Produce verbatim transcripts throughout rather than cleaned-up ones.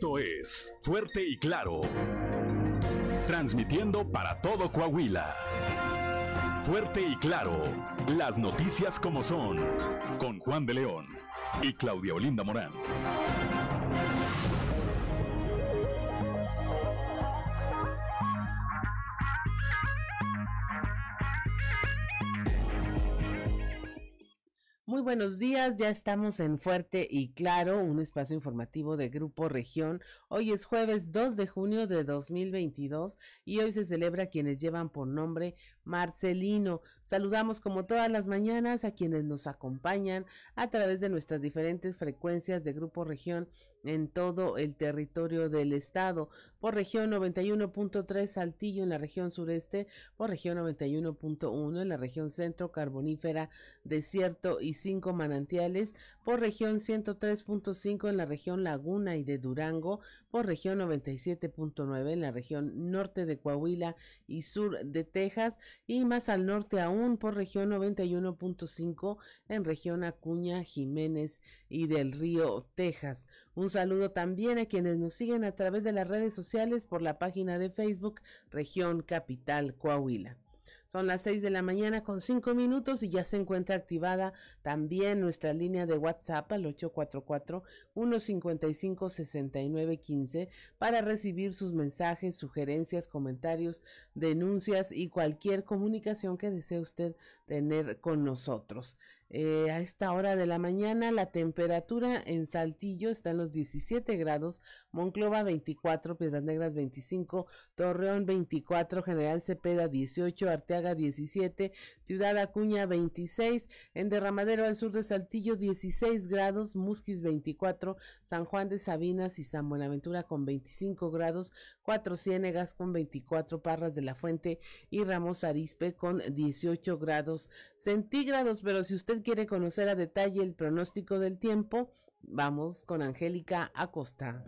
Esto es Fuerte y Claro, transmitiendo para todo Coahuila. Fuerte y Claro, las noticias como son, con Juan de León y Claudia Olinda Morán. Muy buenos días, ya estamos en Fuerte y Claro, un espacio informativo de Grupo Región. Hoy es jueves dos de junio de dos mil veintidós y hoy se celebra quienes llevan por nombre Marcelino. Saludamos como todas las mañanas a quienes nos acompañan a través de nuestras diferentes frecuencias de Grupo Región en todo el territorio del estado. Por región noventa y uno punto tres Saltillo en la región sureste, por región noventa y uno punto uno en la región centro, carbonífera, desierto y cinco manantiales, por región ciento tres punto cinco en la región Laguna y de Durango, por región noventa y siete punto nueve en la región norte de Coahuila y sur de Texas, y más al norte aún por región noventa y uno punto cinco en región Acuña, Jiménez y del Río, Texas. Un saludo también a quienes nos siguen a través de las redes sociales por la página de Facebook Región Capital Coahuila. Son las seis de la mañana con cinco minutos y ya se encuentra activada también nuestra línea de WhatsApp al ocho cuatro cuatro, uno cinco cinco, seis nueve uno cinco para recibir sus mensajes, sugerencias, comentarios, denuncias y cualquier comunicación que desee usted tener con nosotros. Eh, a esta hora de la mañana la temperatura en Saltillo está en los diecisiete grados, Monclova veinticuatro, Piedras Negras veinticinco, Torreón veinticuatro, General Cepeda dieciocho, Arteaga diecisiete, Ciudad Acuña veintiséis, en Derramadero al sur de Saltillo dieciséis grados, Musquis veinticuatro, San Juan de Sabinas y San Buenaventura con veinticinco grados, Cuatro Ciénegas con veinticuatro, Parras de la Fuente y Ramos Arizpe con dieciocho grados centígrados. Pero si usted quiere conocer a detalle el pronóstico del tiempo, vamos con Angélica Acosta.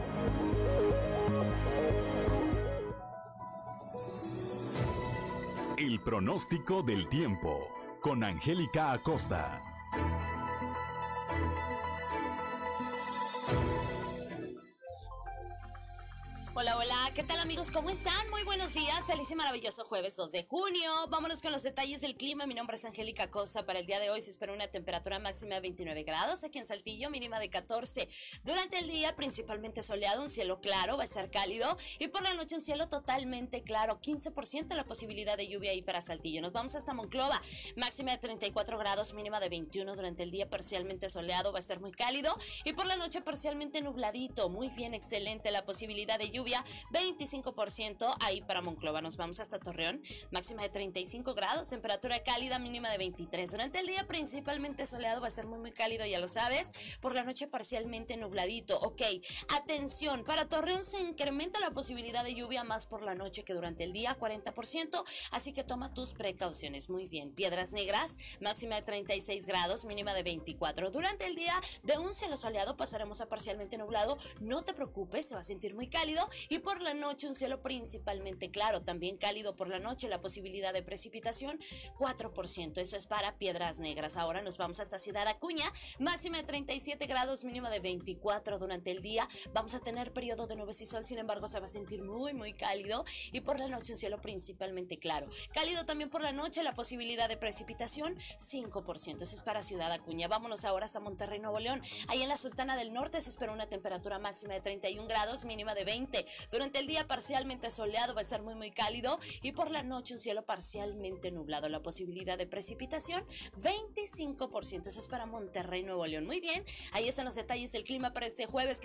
El pronóstico del tiempo con Angélica Acosta. Hola, hola, ¿qué tal amigos? ¿Cómo están? Muy buenos días, feliz y maravilloso jueves dos de junio. Vámonos con los detalles del clima. Mi nombre es Angélica Acosta. Para el día de hoy se espera una temperatura máxima de veintinueve grados aquí en Saltillo, mínima de catorce. Durante el día principalmente soleado, un cielo claro, va a estar cálido, y por la noche un cielo totalmente claro, quince por ciento la posibilidad de lluvia ahí para Saltillo. Nos vamos hasta Monclova, máxima de treinta y cuatro grados, mínima de veintiuno. Durante el día parcialmente soleado, va a estar muy cálido, y por la noche parcialmente nubladito. Muy bien, excelente la posibilidad de lluvia, veinticinco por ciento ahí para Monclova. Nos vamos hasta Torreón, máxima de treinta y cinco grados, temperatura cálida, mínima de veintitrés. Durante el día principalmente soleado, va a ser muy muy cálido, ya lo sabes. Por la noche parcialmente nubladito. Ok, atención, para Torreón se incrementa la posibilidad de lluvia más por la noche que durante el día, cuarenta por ciento, así que toma tus precauciones. Muy bien. Piedras Negras, máxima de treinta y seis grados, mínima de veinticuatro. Durante el día de un cielo soleado pasaremos a parcialmente nublado, no te preocupes, se va a sentir muy cálido. Y por la noche un cielo principalmente claro, también cálido por la noche, la posibilidad de precipitación cuatro por ciento. Eso es para Piedras Negras. Ahora nos vamos hasta Ciudad Acuña, máxima de treinta y siete grados, mínima de veinticuatro. Durante el día vamos a tener periodo de nubes y sol, sin embargo se va a sentir muy muy cálido, y por la noche un cielo principalmente claro, cálido también por la noche, la posibilidad de precipitación cinco por ciento. Eso es para Ciudad Acuña. Vámonos ahora hasta Monterrey, Nuevo León. Ahí en la Sultana del Norte se espera una temperatura máxima de treinta y un grados, mínima de veinte. Durante el día parcialmente soleado, va a estar muy muy cálido, y por la noche un cielo parcialmente nublado, la posibilidad de precipitación veinticinco por ciento. Eso es para Monterrey, Nuevo León. Muy bien, ahí están los detalles del clima para este jueves.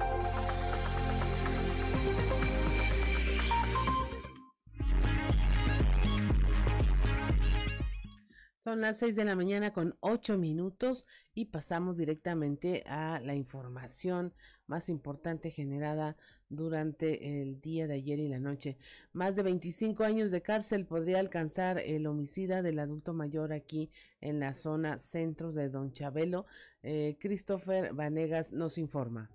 Son las seis de la mañana con ocho minutos y pasamos directamente a la información más importante generada durante el día de ayer y la noche. Más de veinticinco años de cárcel podría alcanzar el homicida del adulto mayor aquí en la zona centro de Don Chabelo. Eh, Christopher Vanegas nos informa.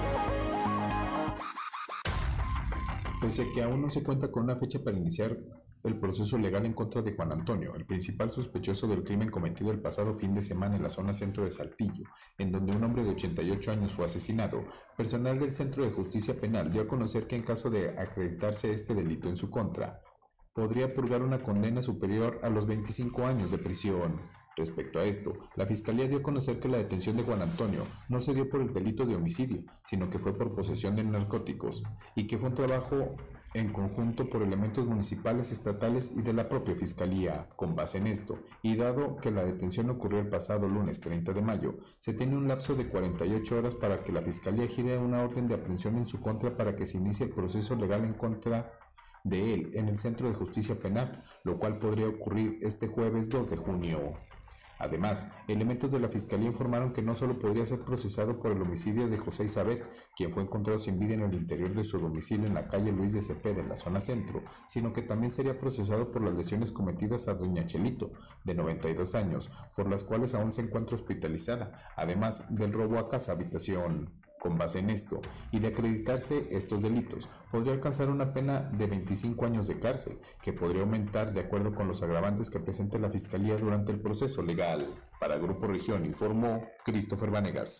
Pese a que aún no se cuenta con una fecha para iniciar el proceso legal en contra de Juan Antonio, el principal sospechoso del crimen cometido el pasado fin de semana en la zona centro de Saltillo, en donde un hombre de ochenta y ocho años fue asesinado. Personal del Centro de Justicia Penal dio a conocer que en caso de acreditarse este delito en su contra, podría purgar una condena superior a los veinticinco años de prisión. Respecto a esto, la Fiscalía dio a conocer que la detención de Juan Antonio no se dio por el delito de homicidio, sino que fue por posesión de narcóticos, y que fue un trabajo en conjunto por elementos municipales, estatales y de la propia Fiscalía. Con base en esto, y dado que la detención ocurrió el pasado lunes treinta de mayo, se tiene un lapso de cuarenta y ocho horas para que la Fiscalía gire una orden de aprehensión en su contra para que se inicie el proceso legal en contra de él en el Centro de Justicia Penal, lo cual podría ocurrir este jueves dos de junio. Además, elementos de la Fiscalía informaron que no solo podría ser procesado por el homicidio de José Isabel, quien fue encontrado sin vida en el interior de su domicilio en la calle Luis de Cepeda, en la zona centro, sino que también sería procesado por las lesiones cometidas a doña Chelito, de noventa y dos años, por las cuales aún se encuentra hospitalizada, además del robo a casa habitación. Con base en esto, y de acreditarse estos delitos, podría alcanzar una pena de veinticinco años de cárcel, que podría aumentar de acuerdo con los agravantes que presente la Fiscalía durante el proceso legal. Para Grupo Región informó Christopher Vanegas.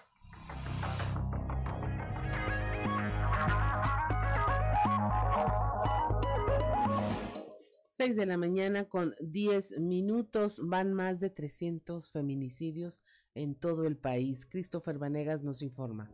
seis de la mañana con diez minutos, van más de trescientos feminicidios en todo el país. Christopher Vanegas nos informa.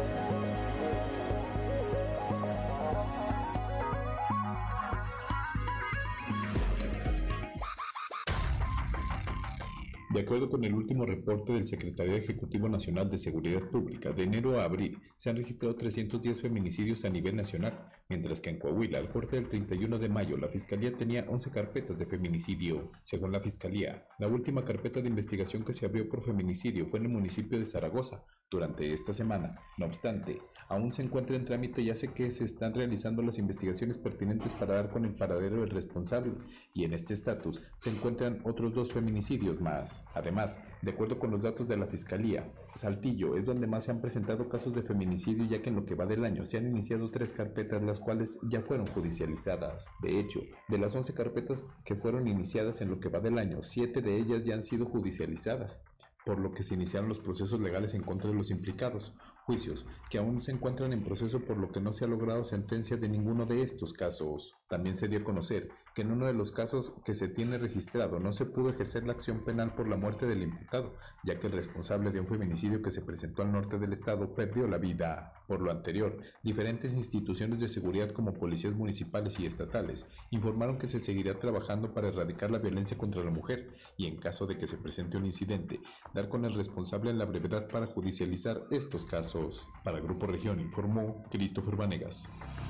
De acuerdo con el último reporte del Secretariado Ejecutivo Nacional de Seguridad Pública, de enero a abril se han registrado trescientos diez feminicidios a nivel nacional, mientras que en Coahuila, al corte del treinta y uno de mayo, la Fiscalía tenía once carpetas de feminicidio. Según la Fiscalía, la última carpeta de investigación que se abrió por feminicidio fue en el municipio de Zaragoza durante esta semana. No obstante, aún se encuentra en trámite y hace que se están realizando las investigaciones pertinentes para dar con el paradero del responsable, y en este estatus se encuentran otros dos feminicidios más. Además, de acuerdo con los datos de la Fiscalía, Saltillo es donde más se han presentado casos de feminicidio, ya que en lo que va del año se han iniciado tres carpetas, las cuales ya fueron judicializadas. De hecho, de las once carpetas que fueron iniciadas en lo que va del año, siete de ellas ya han sido judicializadas, por lo que se iniciaron los procesos legales en contra de los implicados, juicios que aún se encuentran en proceso, por lo que no se ha logrado sentencia de ninguno de estos casos. También se dio a conocer que en uno de los casos que se tiene registrado no se pudo ejercer la acción penal por la muerte del imputado, ya que el responsable de un feminicidio que se presentó al norte del estado perdió la vida. Por lo anterior, diferentes instituciones de seguridad como policías municipales y estatales informaron que se seguirá trabajando para erradicar la violencia contra la mujer y, en caso de que se presente un incidente, dar con el responsable en la brevedad para judicializar estos casos. Para Grupo Región informó Christopher Vanegas.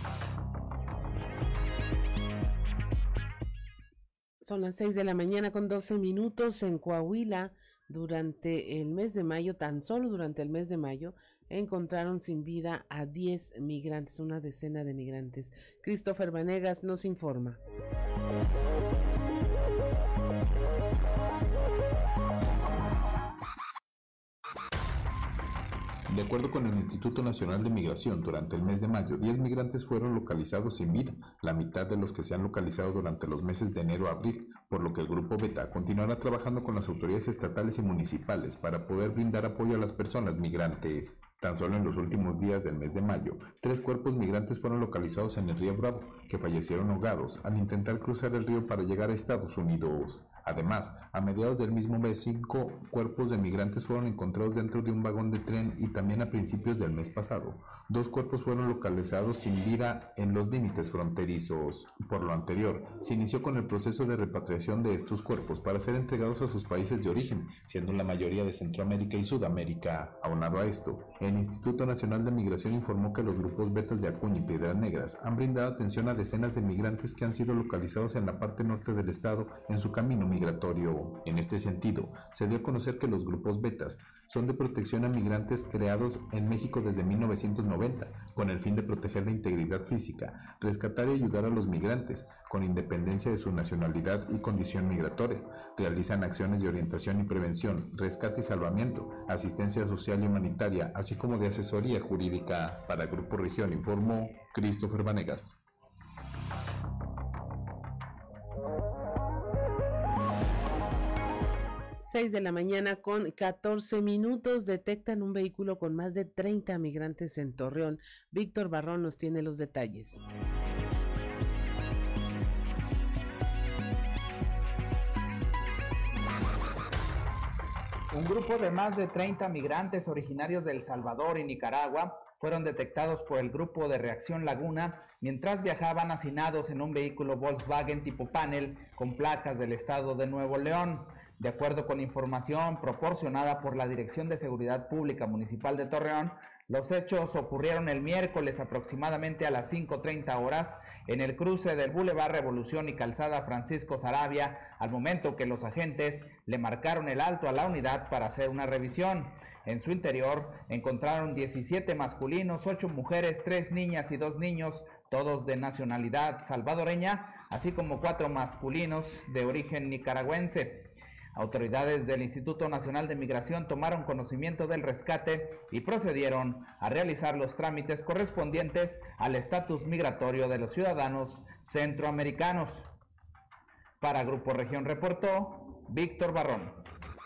Son las seis de la mañana con doce minutos. En Coahuila, durante el mes de mayo, tan solo durante el mes de mayo, encontraron sin vida a diez migrantes, una decena de migrantes. Christopher Vanegas nos informa. De acuerdo con el Instituto Nacional de Migración, durante el mes de mayo, diez migrantes fueron localizados sin vida, la mitad de los que se han localizado durante los meses de enero a abril, por lo que el Grupo Beta continuará trabajando con las autoridades estatales y municipales para poder brindar apoyo a las personas migrantes. Tan solo en los últimos días del mes de mayo, tres cuerpos migrantes fueron localizados en el río Bravo, que fallecieron ahogados al intentar cruzar el río para llegar a Estados Unidos. Además, a mediados del mismo mes, cinco cuerpos de migrantes fueron encontrados dentro de un vagón de tren, y también a principios del mes pasado, dos cuerpos fueron localizados sin vida en los límites fronterizos. Por lo anterior, se inició con el proceso de repatriación de estos cuerpos para ser entregados a sus países de origen, siendo la mayoría de Centroamérica y Sudamérica. Aunado a esto, el Instituto Nacional de Migración informó que los grupos Betas de Acuña y Piedras Negras han brindado atención a decenas de migrantes que han sido localizados en la parte norte del estado en su camino migratorio. En este sentido, se dio a conocer que los grupos Betas son de protección a migrantes creados en México desde mil novecientos noventa, con el fin de proteger la integridad física, rescatar y ayudar a los migrantes, con independencia de su nacionalidad y condición migratoria. Realizan acciones de orientación y prevención, rescate y salvamiento, asistencia social y humanitaria, así como de asesoría jurídica. Para Grupo Región informó Christopher Vanegas. seis de la mañana con catorce minutos, detectan un vehículo con más de treinta migrantes en Torreón. Víctor Barrón nos tiene los detalles. Un grupo de más de treinta migrantes originarios de El Salvador y Nicaragua fueron detectados por el grupo de Reacción Laguna mientras viajaban hacinados en un vehículo Volkswagen tipo panel con placas del estado de Nuevo León. De acuerdo con información proporcionada por la Dirección de Seguridad Pública Municipal de Torreón, los hechos ocurrieron el miércoles aproximadamente a las cinco treinta horas en el cruce del Boulevard Revolución y Calzada Francisco Saravia, al momento que los agentes le marcaron el alto a la unidad para hacer una revisión. En su interior encontraron diecisiete masculinos, ocho mujeres, tres niñas y dos niños, todos de nacionalidad salvadoreña, así como cuatro masculinos de origen nicaragüense. Autoridades del Instituto Nacional de Migración tomaron conocimiento del rescate y procedieron a realizar los trámites correspondientes al estatus migratorio de los ciudadanos centroamericanos. Para Grupo Región reportó Víctor Barrón.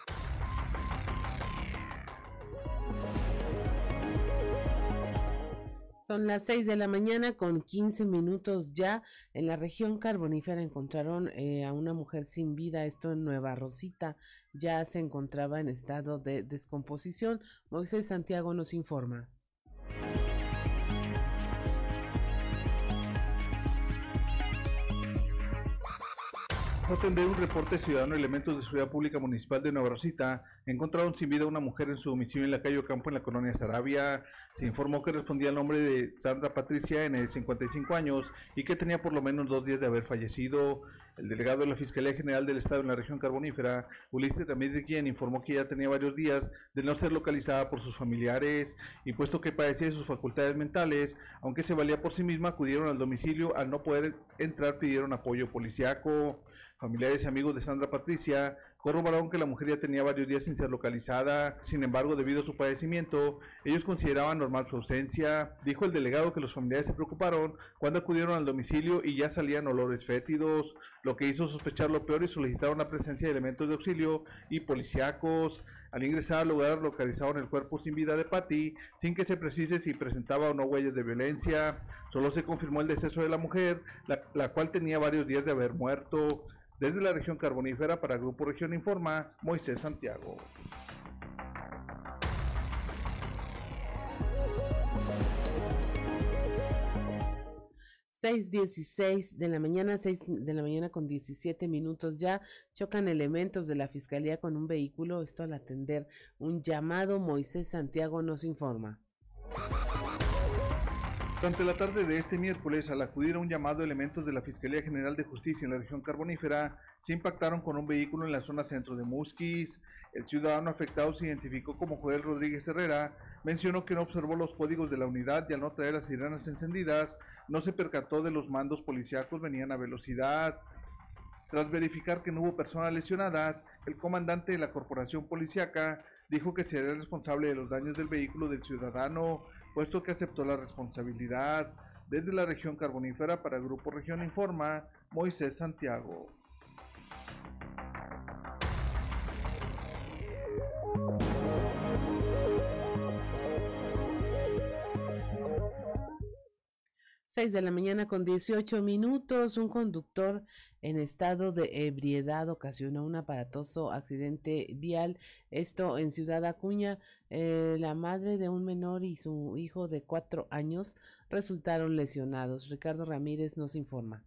Son las seis de la mañana con quince minutos ya. En la región carbonífera encontraron eh, a una mujer sin vida, esto en Nueva Rosita, ya se encontraba en estado de descomposición. Moisés Santiago nos informa. Atender un reporte ciudadano, elementos de seguridad pública municipal de Nueva Rosita encontraron sin vida a una mujer en su domicilio en la calle Ocampo, en la colonia Saravia. Se informó que respondía al nombre de Sandra Patricia N, de cincuenta y cinco años, y que tenía por lo menos dos días de haber fallecido. El delegado de la Fiscalía General del Estado en la región carbonífera, Ulises Ramírez, quien informó que ya tenía varios días de no ser localizada por sus familiares, y puesto que padecía de sus facultades mentales, aunque se valía por sí misma, acudieron al domicilio. Al no poder entrar, pidieron apoyo policiaco. Familiares y amigos de Sandra Patricia corroboraron que la mujer ya tenía varios días sin ser localizada. Sin embargo, debido a su padecimiento, ellos consideraban normal su ausencia. Dijo el delegado que los familiares se preocuparon cuando acudieron al domicilio y ya salían olores fétidos, lo que hizo sospechar lo peor y solicitaron la presencia de elementos de auxilio y policíacos. Al ingresar al lugar, localizaron el cuerpo sin vida de Patti, sin que se precise si presentaba o no huellas de violencia. Solo se confirmó el deceso de la mujer, la, la cual tenía varios días de haber muerto. Desde la región carbonífera, para Grupo Región informa Moisés Santiago. seis dieciséis de la mañana, seis de la mañana con diecisiete minutos ya, chocan elementos de la Fiscalía con un vehículo, esto al atender un llamado. Moisés Santiago nos informa. Durante la tarde de este miércoles, al acudir a un llamado, elementos de la Fiscalía General de Justicia en la región carbonífera se impactaron con un vehículo en la zona centro de Musquis. El ciudadano afectado se identificó como Joel Rodríguez Herrera, mencionó que no observó los códigos de la unidad y al no traer las sirenas encendidas, no se percató de los mandos policíacos venían a velocidad. Tras verificar que no hubo personas lesionadas, el comandante de la corporación policíaca dijo que sería el responsable de los daños del vehículo del ciudadano, puesto que aceptó la responsabilidad. Desde la región carbonífera, para Grupo Región informa Moisés Santiago. seis de la mañana con dieciocho minutos, un conductor en estado de ebriedad ocasionó un aparatoso accidente vial, esto en Ciudad Acuña. Eh, la madre de un menor y su hijo de cuatro años resultaron lesionados. Ricardo Ramírez nos informa.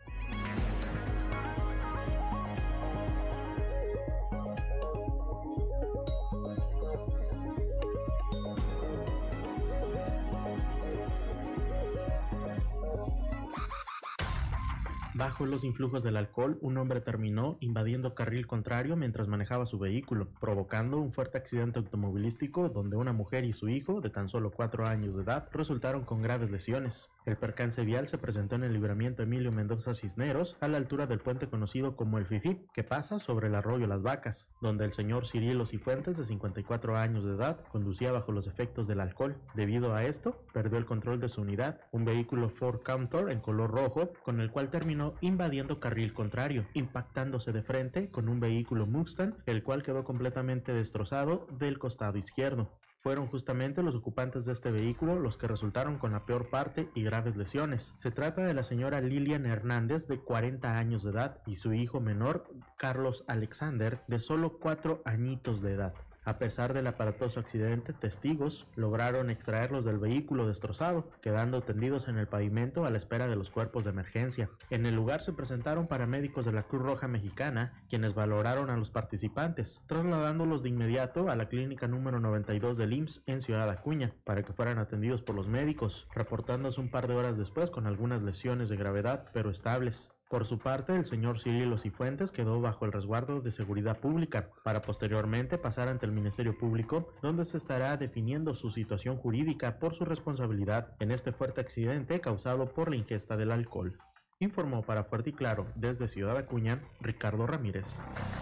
Bajo los influjos del alcohol, un hombre terminó invadiendo carril contrario mientras manejaba su vehículo, provocando un fuerte accidente automovilístico donde una mujer y su hijo, de tan solo cuatro años de edad, resultaron con graves lesiones. El percance vial se presentó en el libramiento Emilio Mendoza Cisneros, a la altura del puente conocido como el Fifí, que pasa sobre el arroyo Las Vacas, donde el señor Cirilo Cifuentes, de cincuenta y cuatro años de edad, conducía bajo los efectos del alcohol. Debido a esto, perdió el control de su unidad, un vehículo Ford Cantor en color rojo, con el cual terminó invadiendo carril contrario, impactándose de frente con un vehículo Mustang, el cual quedó completamente destrozado del costado izquierdo. Fueron justamente los ocupantes de este vehículo los que resultaron con la peor parte y graves lesiones. Se trata de la señora Lilian Hernández, de cuarenta años de edad, y su hijo menor, Carlos Alexander, de solo cuatro añitos de edad. A pesar del aparatoso accidente, testigos lograron extraerlos del vehículo destrozado, quedando tendidos en el pavimento a la espera de los cuerpos de emergencia. En el lugar se presentaron paramédicos de la Cruz Roja Mexicana, quienes valoraron a los participantes, trasladándolos de inmediato a la clínica número noventa y dos del I M S S en Ciudad Acuña, para que fueran atendidos por los médicos, reportándose un par de horas después con algunas lesiones de gravedad, pero estables. Por su parte, el señor Cirilo Cifuentes quedó bajo el resguardo de seguridad pública, para posteriormente pasar ante el Ministerio Público, donde se estará definiendo su situación jurídica por su responsabilidad en este fuerte accidente causado por la ingesta del alcohol. Informó para Fuerte y Claro, desde Ciudad Acuña, Ricardo Ramírez.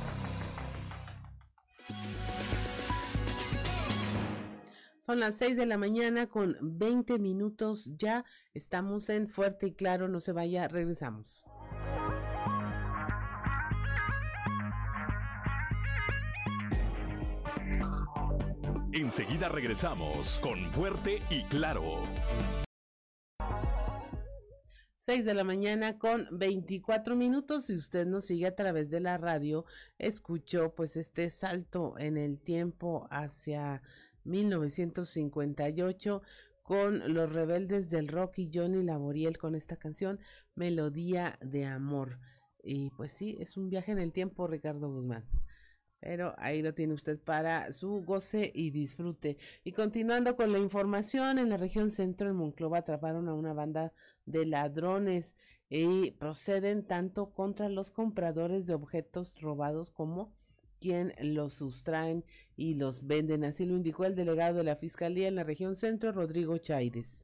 Son las seis de la mañana con veinte minutos, ya estamos en Fuerte y Claro, no se vaya, regresamos. Enseguida regresamos con Fuerte y Claro. seis de la mañana con veinticuatro minutos. Si usted nos sigue a través de la radio, escuchó pues este salto en el tiempo hacia mil novecientos cincuenta y ocho con los Rebeldes del Rock y Johnny Laboriel con esta canción Melodía de Amor. Y pues sí, es un viaje en el tiempo, Ricardo Guzmán. Pero ahí lo tiene usted para su goce y disfrute. Y continuando con la información, en la región centro, en Monclova, atraparon a una banda de ladrones y proceden tanto contra los compradores de objetos robados como quien los sustraen y los venden. Así lo indicó el delegado de la Fiscalía en la región centro, Rodrigo Chaires.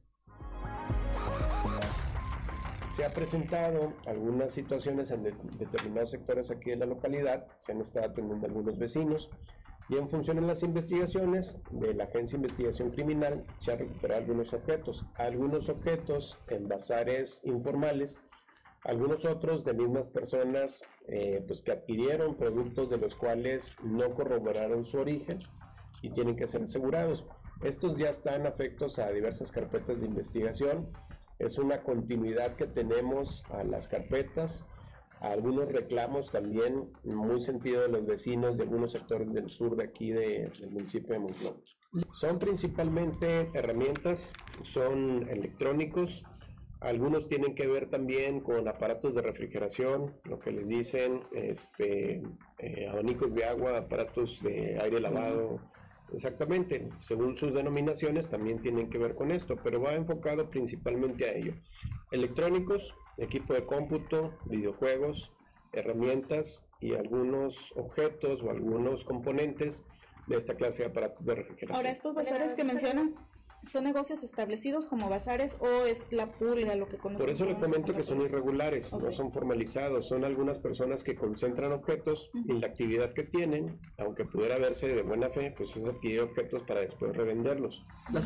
Se ha presentado algunas situaciones en de, determinados sectores aquí de la localidad, se han estado atendiendo algunos vecinos y en función de las investigaciones de la Agencia de Investigación Criminal se han recuperado algunos objetos, algunos objetos en bazares informales, algunos otros de mismas personas eh, pues que adquirieron productos de los cuales no corroboraron su origen y tienen que ser asegurados. Estos ya están afectos a diversas carpetas de investigación. Es una continuidad que tenemos a las carpetas, a algunos reclamos también muy sentido de los vecinos de algunos sectores del sur de aquí de, del municipio de Monclova. Son principalmente herramientas, son electrónicos, algunos tienen que ver también con aparatos de refrigeración, lo que les dicen este, eh, abanicos de agua, aparatos de aire lavado. Exactamente, según sus denominaciones también tienen que ver con esto, pero va enfocado principalmente a ello. Electrónicos, equipo de cómputo, videojuegos, herramientas y algunos objetos o algunos componentes de esta clase de aparatos de refrigeración. Ahora, estos bazares que mencionan, ¿son negocios establecidos como bazares o es la pulga lo que conocemos? Por eso le comento que son irregulares, okay. No son formalizados, son algunas personas que concentran objetos uh-huh. y la actividad que tienen, aunque pudiera verse de buena fe, pues es adquirir objetos para después revenderlos.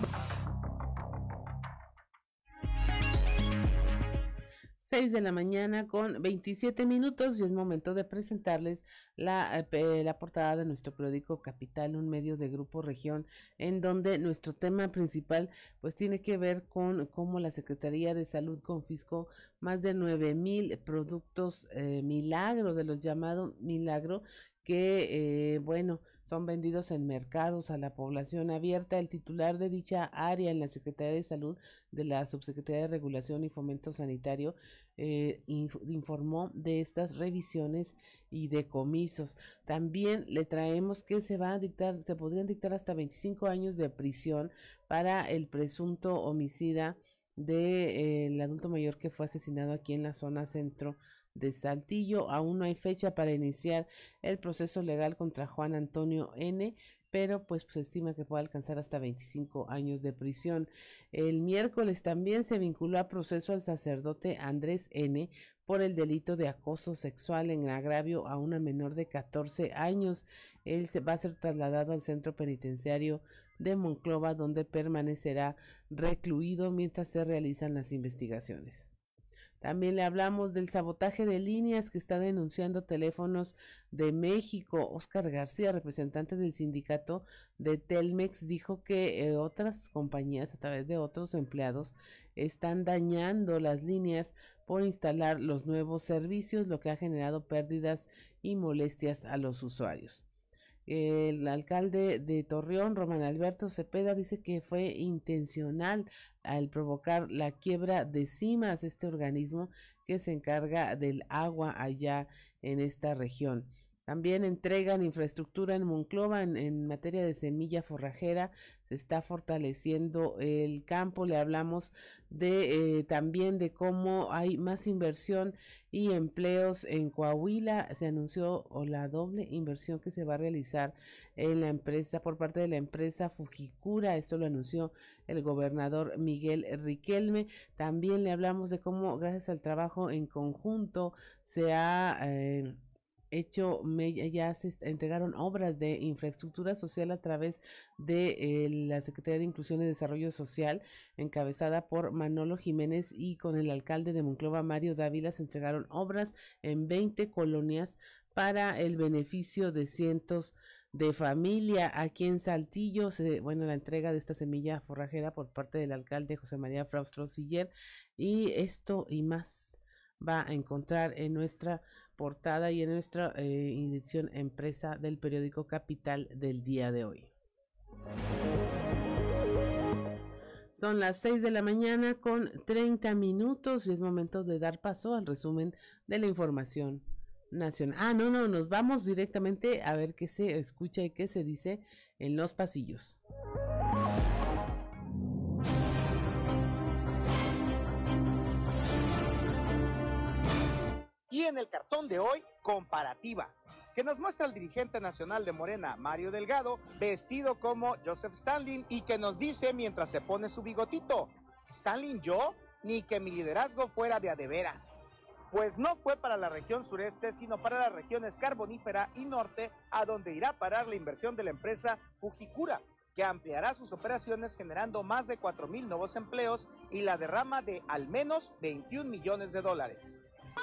seis de la mañana con veintisiete minutos y es momento de presentarles la, eh, la portada de nuestro periódico Capital, un medio de Grupo Región, en donde nuestro tema principal pues tiene que ver con cómo la Secretaría de Salud confiscó más de nueve mil productos eh, milagro, de los llamados milagro, que eh, bueno, son vendidos en mercados a la población abierta. El titular de dicha área en la Secretaría de Salud de la Subsecretaría de Regulación y Fomento Sanitario eh, informó de estas revisiones y decomisos. También le traemos que se va a dictar, se podrían dictar hasta veinticinco años de prisión para el presunto homicida del de, eh, adulto mayor que fue asesinado aquí en la zona centro de Saltillo. Aún no hay fecha para iniciar el proceso legal contra Juan Antonio N., pero pues se estima que puede alcanzar hasta veinticinco años de prisión. El miércoles también se vinculó a proceso al sacerdote Andrés N. por el delito de acoso sexual en agravio a una menor de catorce años. Él se va a ser trasladado al centro penitenciario de Monclova, donde permanecerá recluido mientras se realizan las investigaciones. También le hablamos del sabotaje de líneas que está denunciando Teléfonos de México. Óscar García, representante del sindicato de Telmex, dijo que eh, otras compañías, a través de otros empleados, están dañando las líneas por instalar los nuevos servicios, lo que ha generado pérdidas y molestias a los usuarios. El alcalde de Torreón, Román Alberto Cepeda, dice que fue intencional al provocar la quiebra de CIMAS, este organismo que se encarga del agua allá en esta región. También entregan infraestructura en Monclova en, en materia de semilla forrajera. Se está fortaleciendo el campo. Le hablamos de eh, también de cómo hay más inversión y empleos en Coahuila. Se anunció o la doble inversión que se va a realizar en la empresa por parte de la empresa Fujikura. Esto lo anunció el gobernador Miguel Riquelme. También le hablamos de cómo gracias al trabajo en conjunto se ha eh, hecho, ya se entregaron obras de infraestructura social a través de eh, la Secretaría de Inclusión y Desarrollo Social, encabezada por Manolo Jiménez, y con el alcalde de Monclova, Mario Dávila. Se entregaron obras en veinte colonias para el beneficio de cientos de familia. Aquí en Saltillo, se, bueno, la entrega de esta semilla forrajera por parte del alcalde José María Fraustro Siller, y esto y más va a encontrar en nuestra portada y en nuestra eh, edición impresa del periódico Capital del día de hoy. Son las seis de la mañana con treinta minutos y es momento de dar paso al resumen de la información nacional. Ah, no, no, nos vamos directamente a ver qué se escucha y qué se dice en los pasillos. Y en el cartón de hoy, comparativa, que nos muestra el dirigente nacional de Morena, Mario Delgado, vestido como Joseph Stalin, y que nos dice mientras se pone su bigotito: ¿Stalin yo? Ni que mi liderazgo fuera de a de veras. Pues no fue para la región sureste, sino para las regiones carbonífera y norte, a donde irá a parar la inversión de la empresa Fujikura, que ampliará sus operaciones generando más de cuatro mil nuevos empleos y la derrama de al menos veintiún millones de dólares.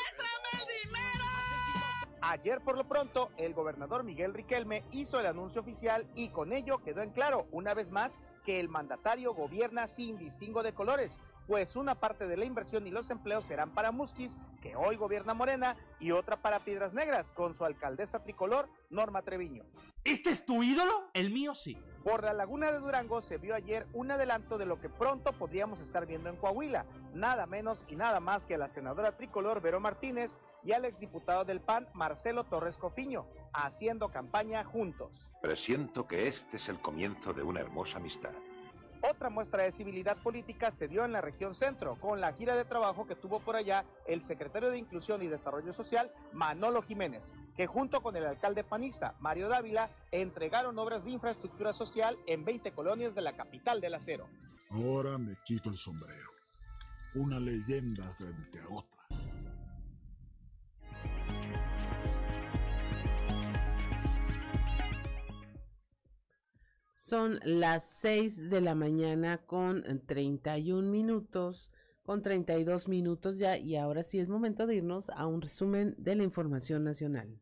Ayer, por lo pronto, el gobernador Miguel Riquelme hizo el anuncio oficial y con ello quedó en claro, una vez más, que el mandatario gobierna sin distingo de colores, pues una parte de la inversión y los empleos serán para Musquis, que hoy gobierna Morena, y otra para Piedras Negras, con su alcaldesa tricolor, Norma Treviño. ¿Este es tu ídolo? El mío sí. Por la laguna de Durango se vio ayer un adelanto de lo que pronto podríamos estar viendo en Coahuila, nada menos y nada más que a la senadora tricolor Vero Martínez y al exdiputado del P A N Marcelo Torres Cofiño, haciendo campaña juntos. Presiento que este es el comienzo de una hermosa amistad. Otra muestra de civilidad política se dio en la región centro, con la gira de trabajo que tuvo por allá el secretario de Inclusión y Desarrollo Social, Manolo Jiménez, que junto con el alcalde panista, Mario Dávila, entregaron obras de infraestructura social en veinte colonias de la capital del acero. Ahora me quito el sombrero. Una leyenda frente a otra. Son las seis de la mañana con treinta y un minutos, con treinta y dos minutos ya, y ahora sí es momento de irnos a un resumen de la información nacional.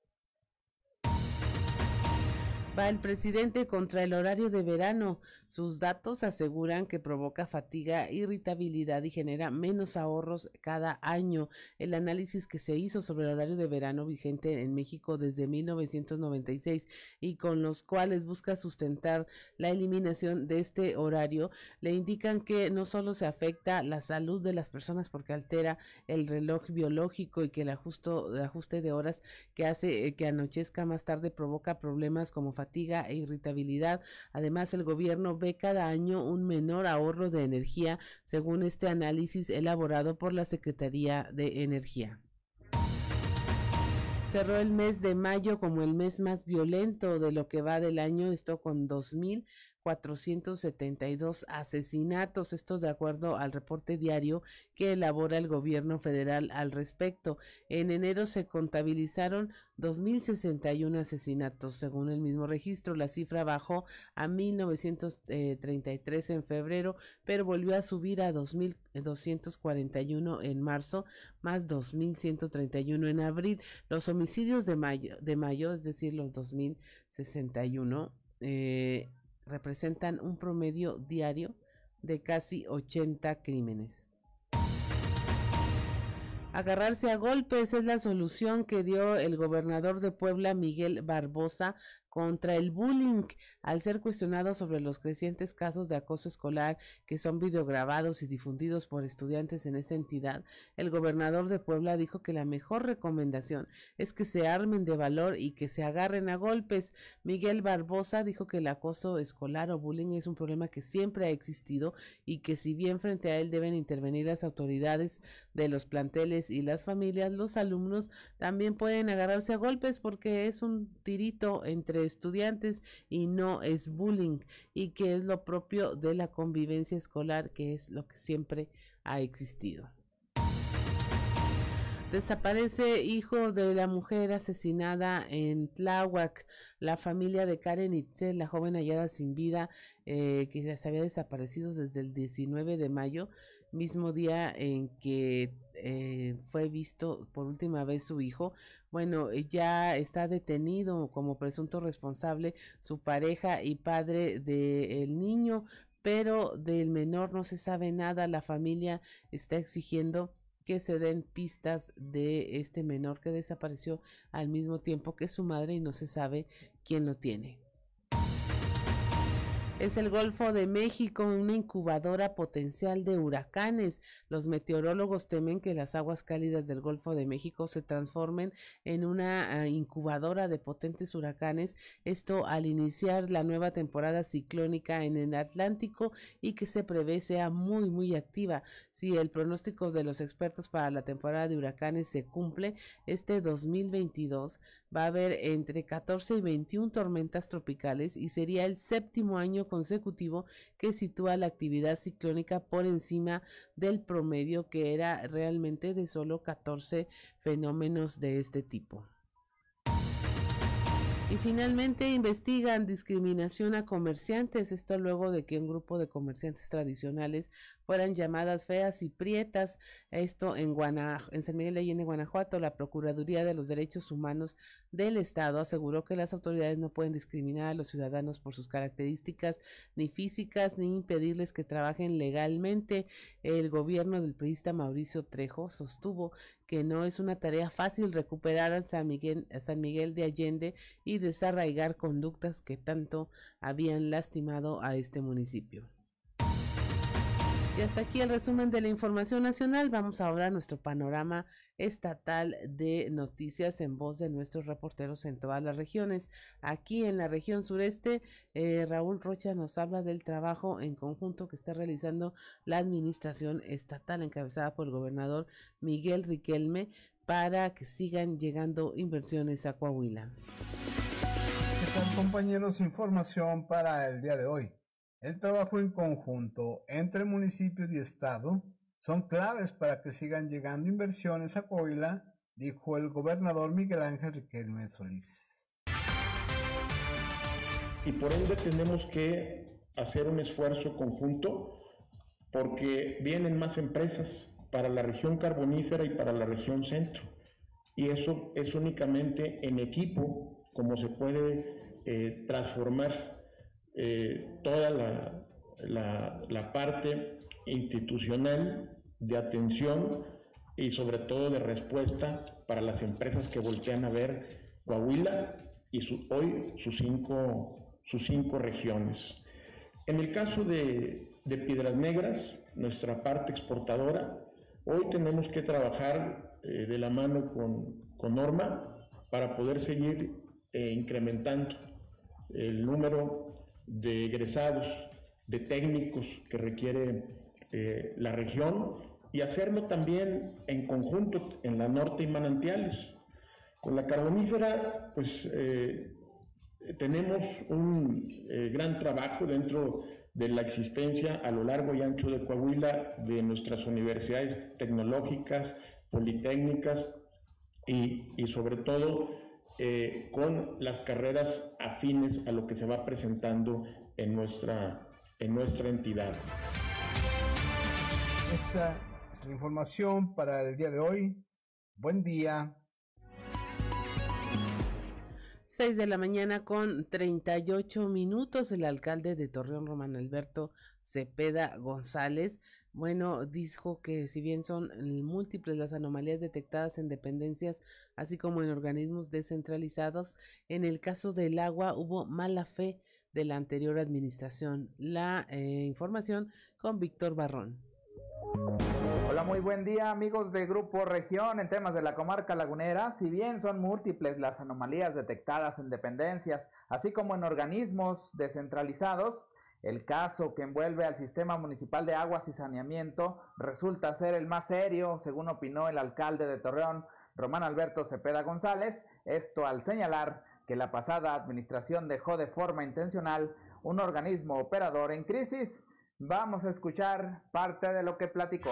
Va el presidente contra el horario de verano. Sus datos aseguran que provoca fatiga, irritabilidad y genera menos ahorros cada año. El análisis que se hizo sobre el horario de verano vigente en México desde mil novecientos noventa y seis y con los cuales busca sustentar la eliminación de este horario, le indican que no solo se afecta la salud de las personas porque altera el reloj biológico y que el ajusto, el ajuste de horas que hace que anochezca más tarde provoca problemas como fatiga e irritabilidad. Además, el gobierno ve cada año un menor ahorro de energía, según este análisis elaborado por la Secretaría de Energía. Cerró el mes de mayo como el mes más violento de lo que va del año, esto con dos mil cuatrocientos setenta y dos asesinatos, esto de acuerdo al reporte diario que elabora el gobierno federal al respecto. En enero se contabilizaron dos mil sesenta y uno asesinatos, según el mismo registro. La cifra bajó a mil novecientos treinta y tres en febrero, pero volvió a subir a dos mil doscientos cuarenta y uno en marzo, más dos mil ciento treinta y uno en abril. Los homicidios de mayo, de mayo, es decir, los dos mil sesenta y uno, eh, representan un promedio diario de casi ochenta crímenes. Agarrarse a golpes es la solución que dio el gobernador de Puebla, Miguel Barbosa, contra el bullying, al ser cuestionado sobre los crecientes casos de acoso escolar que son videograbados y difundidos por estudiantes en esa entidad. El gobernador de Puebla dijo que la mejor recomendación es que se armen de valor y que se agarren a golpes. Miguel Barbosa dijo que el acoso escolar o bullying es un problema que siempre ha existido y que si bien frente a él deben intervenir las autoridades de los planteles y las familias, los alumnos también pueden agarrarse a golpes porque es un tirito entre estudiantes y no es bullying, y que es lo propio de la convivencia escolar, que es lo que siempre ha existido. Desaparece hijo de la mujer asesinada en Tláhuac. La familia de Karen Itzel, la joven hallada sin vida, eh, que ya se había desaparecido desde el diecinueve de mayo, mismo día en que eh, fue visto por última vez su hijo. Bueno, ya está detenido como presunto responsable su pareja y padre del niño, pero del menor no se sabe nada. La familia está exigiendo que se den pistas de este menor que desapareció al mismo tiempo que su madre y no se sabe quién lo tiene. Es el Golfo de México, una incubadora potencial de huracanes. Los meteorólogos temen que las aguas cálidas del Golfo de México se transformen en una uh, incubadora de potentes huracanes, esto al iniciar la nueva temporada ciclónica en el Atlántico y que se prevé sea muy muy activa. Si el pronóstico de los expertos para la temporada de huracanes se cumple, este dos mil veintidós va a haber entre catorce y veintiuna tormentas tropicales y sería el séptimo año consecutivo que sitúa la actividad ciclónica por encima del promedio, que era realmente de solo catorce fenómenos de este tipo. Y finalmente investigan discriminación a comerciantes, esto luego de que un grupo de comerciantes tradicionales fueran llamadas feas y prietas. Esto en, Guana, en San Miguel de Allende, Guanajuato. La Procuraduría de los Derechos Humanos del Estado aseguró que las autoridades no pueden discriminar a los ciudadanos por sus características ni físicas, ni impedirles que trabajen legalmente. El gobierno del priista Mauricio Trejo sostuvo que no es una tarea fácil recuperar a San Miguel, a San Miguel de Allende y desarraigar conductas que tanto habían lastimado a este municipio. Y hasta aquí el resumen de la información nacional. Vamos ahora a nuestro panorama estatal de noticias en voz de nuestros reporteros en todas las regiones. Aquí en la región sureste, eh, Raúl Rocha nos habla del trabajo en conjunto que está realizando la administración estatal encabezada por el gobernador Miguel Riquelme para que sigan llegando inversiones a Coahuila. ¿Qué tal, compañeros? Información para el día de hoy. El trabajo en conjunto entre municipios y estado son claves para que sigan llegando inversiones a Coahuila, dijo el gobernador Miguel Ángel Riquelme Solís. Y por ende tenemos que hacer un esfuerzo conjunto porque vienen más empresas para la región carbonífera y para la región centro. Y eso es únicamente en equipo como se puede eh, transformar Eh, toda la, la, la parte institucional de atención y sobre todo de respuesta para las empresas que voltean a ver Coahuila y su, hoy sus cinco, sus cinco regiones. En el caso de, de Piedras Negras, nuestra parte exportadora, hoy tenemos que trabajar eh, de la mano con, con Norma para poder seguir eh, incrementando el número de egresados, de técnicos que requiere eh, la región y hacerlo también en conjunto en la Norte y Manantiales. Con la carbonífera, pues eh, tenemos un eh, gran trabajo dentro de la existencia a lo largo y ancho de Coahuila de nuestras universidades tecnológicas, politécnicas y, y sobre todo eh, con las carreras afines a lo que se va presentando en nuestra, en nuestra entidad. Esta es la información para el día de hoy. Buen día. seis de la mañana con treinta y ocho minutos. El alcalde de Torreón, Román Alberto Cepeda González, bueno, dijo que si bien son múltiples las anomalías detectadas en dependencias, así como en organismos descentralizados, en el caso del agua hubo mala fe de la anterior administración. La eh, información con Víctor Barrón. Hola, muy buen día, amigos de Grupo Región. En temas de la comarca lagunera, si bien son múltiples las anomalías detectadas en dependencias, así como en organismos descentralizados, el caso que envuelve al Sistema Municipal de Aguas y Saneamiento resulta ser el más serio, según opinó el alcalde de Torreón, Román Alberto Cepeda González, esto al señalar que la pasada administración dejó de forma intencional un organismo operador en crisis. Vamos a escuchar parte de lo que platicó.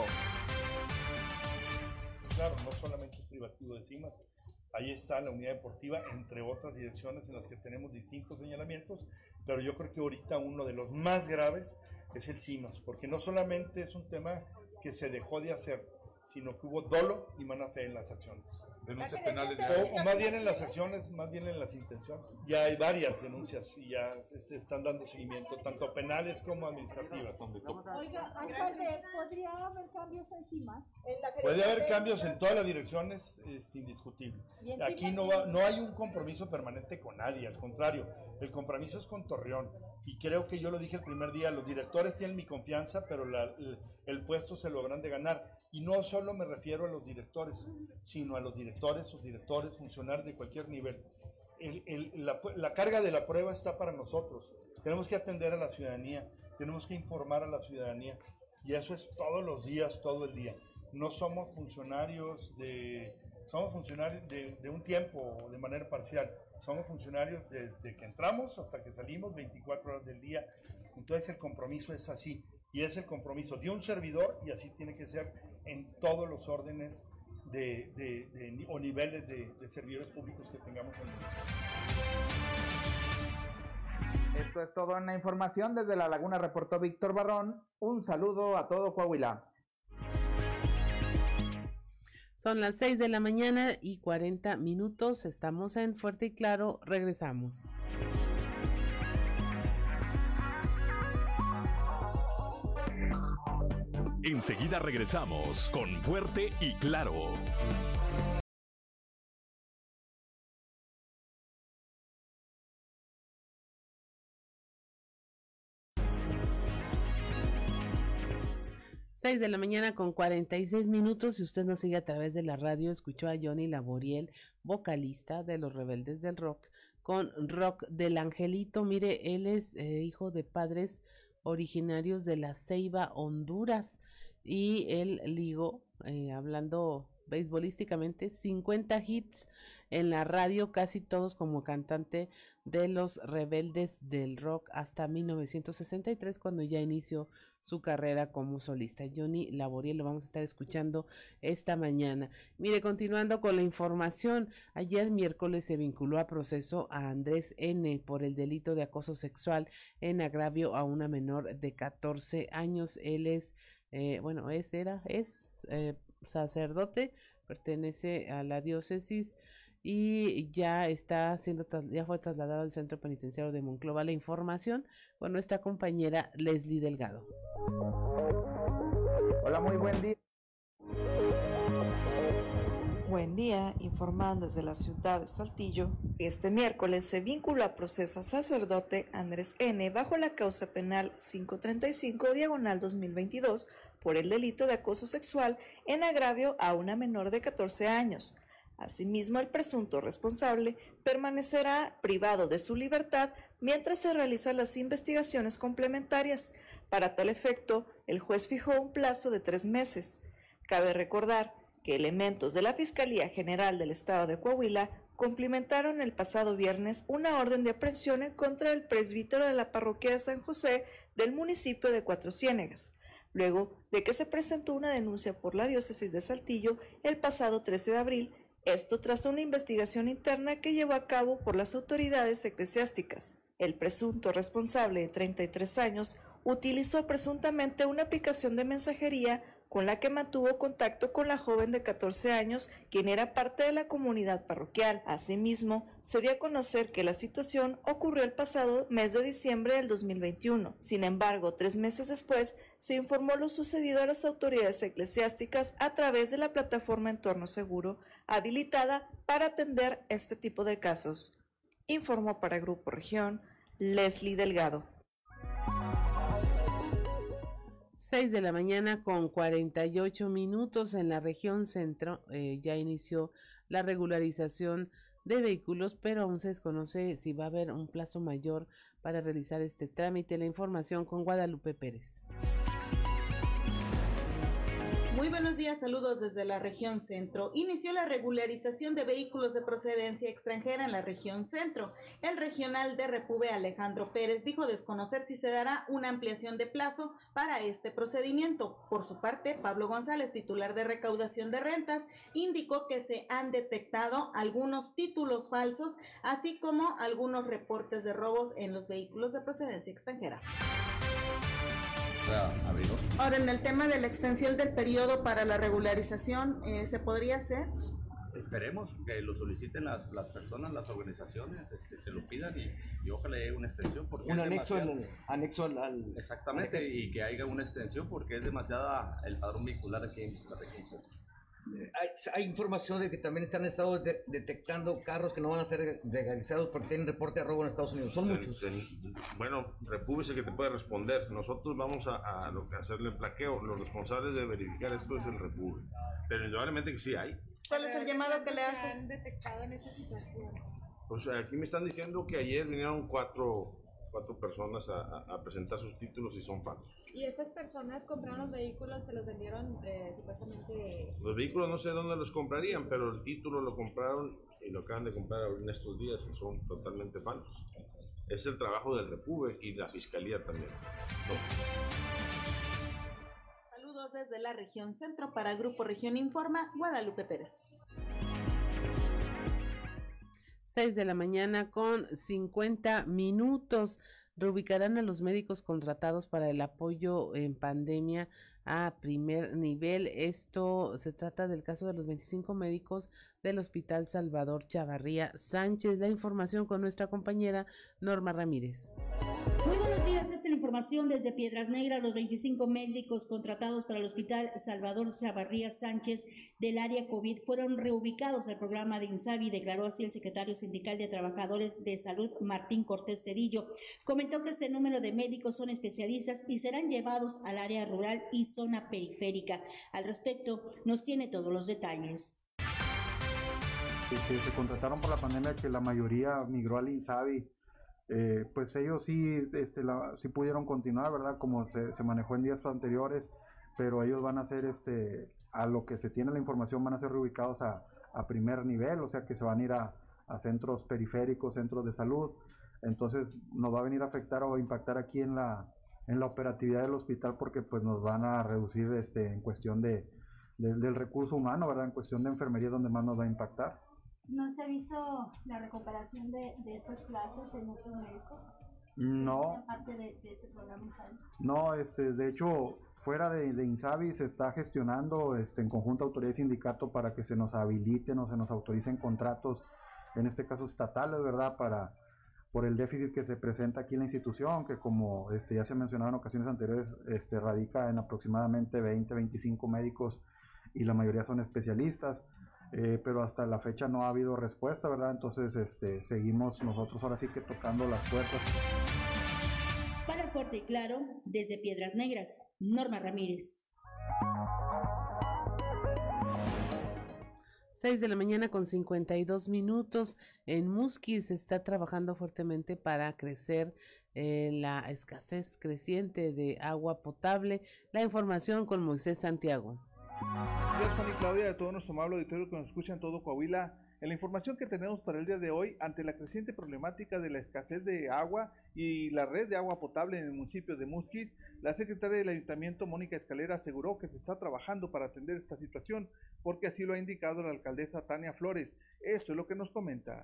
Claro, no solamente es privativo de CIMAS, ahí está la unidad deportiva, entre otras direcciones en las que tenemos distintos señalamientos, pero yo creo que ahorita uno de los más graves es el CIMAS, porque no solamente es un tema que se dejó de hacer, sino que hubo dolo y mala fe en las acciones. Denuncias penales. O, o más bien en las acciones, más bien en las intenciones. Ya hay varias denuncias y ya se están dando seguimiento, tanto penales como administrativas. Oiga, alcalde, ¿podría haber cambios en CIMAS? Puede haber cambios en todas las direcciones, es indiscutible. Aquí no, va, no hay un compromiso permanente con nadie, al contrario, el compromiso es con Torreón. Y creo que yo lo dije el primer día, los directores tienen mi confianza, pero la, el, el puesto se lo habrán de ganar. Y no solo me refiero a los directores, sino a los directores, subdirectores, funcionarios de cualquier nivel. El, el, la, la carga de la prueba está para nosotros. Tenemos que atender a la ciudadanía, tenemos que informar a la ciudadanía. Y eso es todos los días, todo el día. No somos funcionarios de, somos funcionarios de, de un tiempo, de manera parcial. Somos funcionarios desde que entramos hasta que salimos, veinticuatro horas del día. Entonces el compromiso es así. Y es el compromiso de un servidor, y así tiene que ser en todos los órdenes de, de, de, o niveles de, de servidores públicos que tengamos en el municipio. Esto es todo en la información. Desde La Laguna reportó Víctor Barrón. Un saludo a todo Coahuila. Son las seis de la mañana y cuarenta minutos. Estamos en Fuerte y Claro. Regresamos. Enseguida regresamos con Fuerte y Claro. seis de la mañana con cuarenta y seis minutos. Si usted nos sigue a través de la radio, escuchó a Johnny Laboriel, vocalista de Los Rebeldes del Rock, con Rock del Angelito. Mire, él es eh, hijo de padres originarios de La Ceiba, Honduras, y él ligó, eh, hablando beisbolísticamente, cincuenta hits en la radio, casi todos como cantante de Los Rebeldes del Rock hasta mil novecientos sesenta y tres, cuando ya inició su carrera como solista. Johnny Laboriel lo vamos a estar escuchando esta mañana. Mire, continuando con la información, ayer miércoles se vinculó a proceso a Andrés N. por el delito de acoso sexual en agravio a una menor de catorce años. Él es, eh, bueno, es, era, es eh, sacerdote, pertenece a la diócesis y ya está siendo, ya fue trasladado al centro penitenciario de Monclova. La información con nuestra compañera Leslie Delgado. Hola, muy buen día. Buen día, informando desde la ciudad de Saltillo. Este miércoles se vinculó a proceso a sacerdote Andrés N. bajo la causa penal quinientos treinta y cinco diagonal dos mil veintidós por el delito de acoso sexual en agravio a una menor de catorce años. Asimismo, el presunto responsable permanecerá privado de su libertad mientras se realizan las investigaciones complementarias. Para tal efecto, el juez fijó un plazo de tres meses. Cabe recordar que elementos de la Fiscalía General del Estado de Coahuila cumplimentaron el pasado viernes una orden de aprehensión en contra del presbítero de la parroquia de San José del municipio de Cuatro Ciénegas, luego de que se presentó una denuncia por la diócesis de Saltillo el pasado trece de abril, esto tras una investigación interna que llevó a cabo por las autoridades eclesiásticas. El presunto responsable de treinta y tres años utilizó presuntamente una aplicación de mensajería con la que mantuvo contacto con la joven de catorce años, quien era parte de la comunidad parroquial. Asimismo, se dio a conocer que la situación ocurrió el pasado mes de diciembre del dos mil veintiuno. Sin embargo, tres meses después, se informó lo sucedido a las autoridades eclesiásticas a través de la plataforma Entorno Seguro, habilitada para atender este tipo de casos. Informó para Grupo Región, Leslie Delgado. seis de la mañana con cuarenta y ocho minutos en la región centro. Eh, ya inició la regularización de vehículos, pero aún se desconoce si va a haber un plazo mayor para realizar este trámite. La información con Guadalupe Pérez. Muy buenos días, saludos desde la región centro. Inició la regularización de vehículos de procedencia extranjera en la región centro. El regional de Repube, Alejandro Pérez, dijo desconocer si se dará una ampliación de plazo para este procedimiento. Por su parte, Pablo González, titular de recaudación de rentas, indicó que se han detectado algunos títulos falsos, así como algunos reportes de robos en los vehículos de procedencia extranjera. Ahora, en el tema de la extensión del periodo para la regularización, eh, ¿se podría hacer? Esperemos que lo soliciten las, las personas, las organizaciones, este, que lo pidan y, y ojalá haya una extensión. Porque un anexo, al, anexo al, al... Exactamente, al... y que haya una extensión porque es demasiada el padrón vehicular aquí en la región centro. Hay, hay información de que también están estado de, detectando carros que no van a ser legalizados porque tienen reporte de robo en Estados Unidos. Son muchos. Bueno, República que te puede responder. Nosotros vamos a, a, lo que hacerle el plaqueo. Los responsables de verificar esto es el República. Pero indudablemente que sí hay. ¿Cuál es el llamado que le haces? ¿Han detectado en esta situación? Pues aquí me están diciendo que ayer vinieron cuatro, cuatro personas a, a, a presentar sus títulos y son falsos. ¿Y estas personas compraron los vehículos, se los vendieron eh, supuestamente? Los vehículos no sé dónde los comprarían, pero el título lo compraron y lo acaban de comprar en estos días y son totalmente falsos. Es el trabajo del Repube y la Fiscalía también. No. Saludos desde la región centro para Grupo Región Informa, Guadalupe Pérez. seis de la mañana con cincuenta minutos. Reubicarán a los médicos contratados para el apoyo en pandemia a primer nivel. Esto se trata del caso de los veinticinco médicos del Hospital Salvador Chavarría Sánchez. La información con nuestra compañera Norma Ramírez. Muy buenos días, esta es la información desde Piedras Negras. Los veinticinco médicos contratados para el Hospital Salvador Chavarría Sánchez del área COVID fueron reubicados al programa de INSABI, declaró así el secretario sindical de Trabajadores de Salud, Martín Cortés Cerillo. Comentó que este número de médicos son especialistas y serán llevados al área rural y zona periférica. Al respecto, nos tiene todos los detalles. Que se contrataron por la pandemia, que la mayoría migró al INSABI. Eh, pues ellos sí, este, la, sí pudieron continuar, ¿verdad? Como se, se manejó en días anteriores, pero ellos van a ser, este, a lo que se tiene la información, van a ser reubicados a, a primer nivel, o sea que se van a ir a, a centros periféricos, centros de salud. Entonces nos va a venir a afectar o impactar aquí en la, en la operatividad del hospital porque pues nos van a reducir este, en cuestión de, de, del recurso humano, ¿verdad? En cuestión de enfermería donde más nos va a impactar. ¿No se ha visto la recuperación de, de estas clases en otros médicos? No. Parte de, de este programa INSABI. No, este, de hecho, fuera de, de INSABI se está gestionando este, en conjunto autoridad y sindicato para que se nos habiliten o se nos autoricen contratos, en este caso estatales, ¿verdad? Para, por el déficit que se presenta aquí en la institución, que como este, ya se ha mencionado en ocasiones anteriores, este, radica en aproximadamente veinte, veinticinco médicos y la mayoría son especialistas. Eh, pero hasta la fecha no ha habido respuesta, ¿verdad? Entonces este, seguimos nosotros ahora sí que tocando las puertas. Para Fuerte y Claro, desde Piedras Negras, Norma Ramírez. seis de la mañana con cincuenta y dos minutos. En Musquis se está trabajando fuertemente para crecer eh, la escasez creciente de agua potable. La información con Moisés Santiago. Buenos días, Juan y Claudia, de todo nuestro amable auditorio que nos escucha en todo Coahuila En la información que tenemos para el día de hoy, ante la creciente problemática de la escasez de agua y la red de agua potable en el municipio de Musquis, la secretaria del Ayuntamiento, Mónica Escalera, aseguró que se está trabajando para atender esta situación, porque así lo ha indicado la alcaldesa Tania Flores. Esto es lo que nos comenta.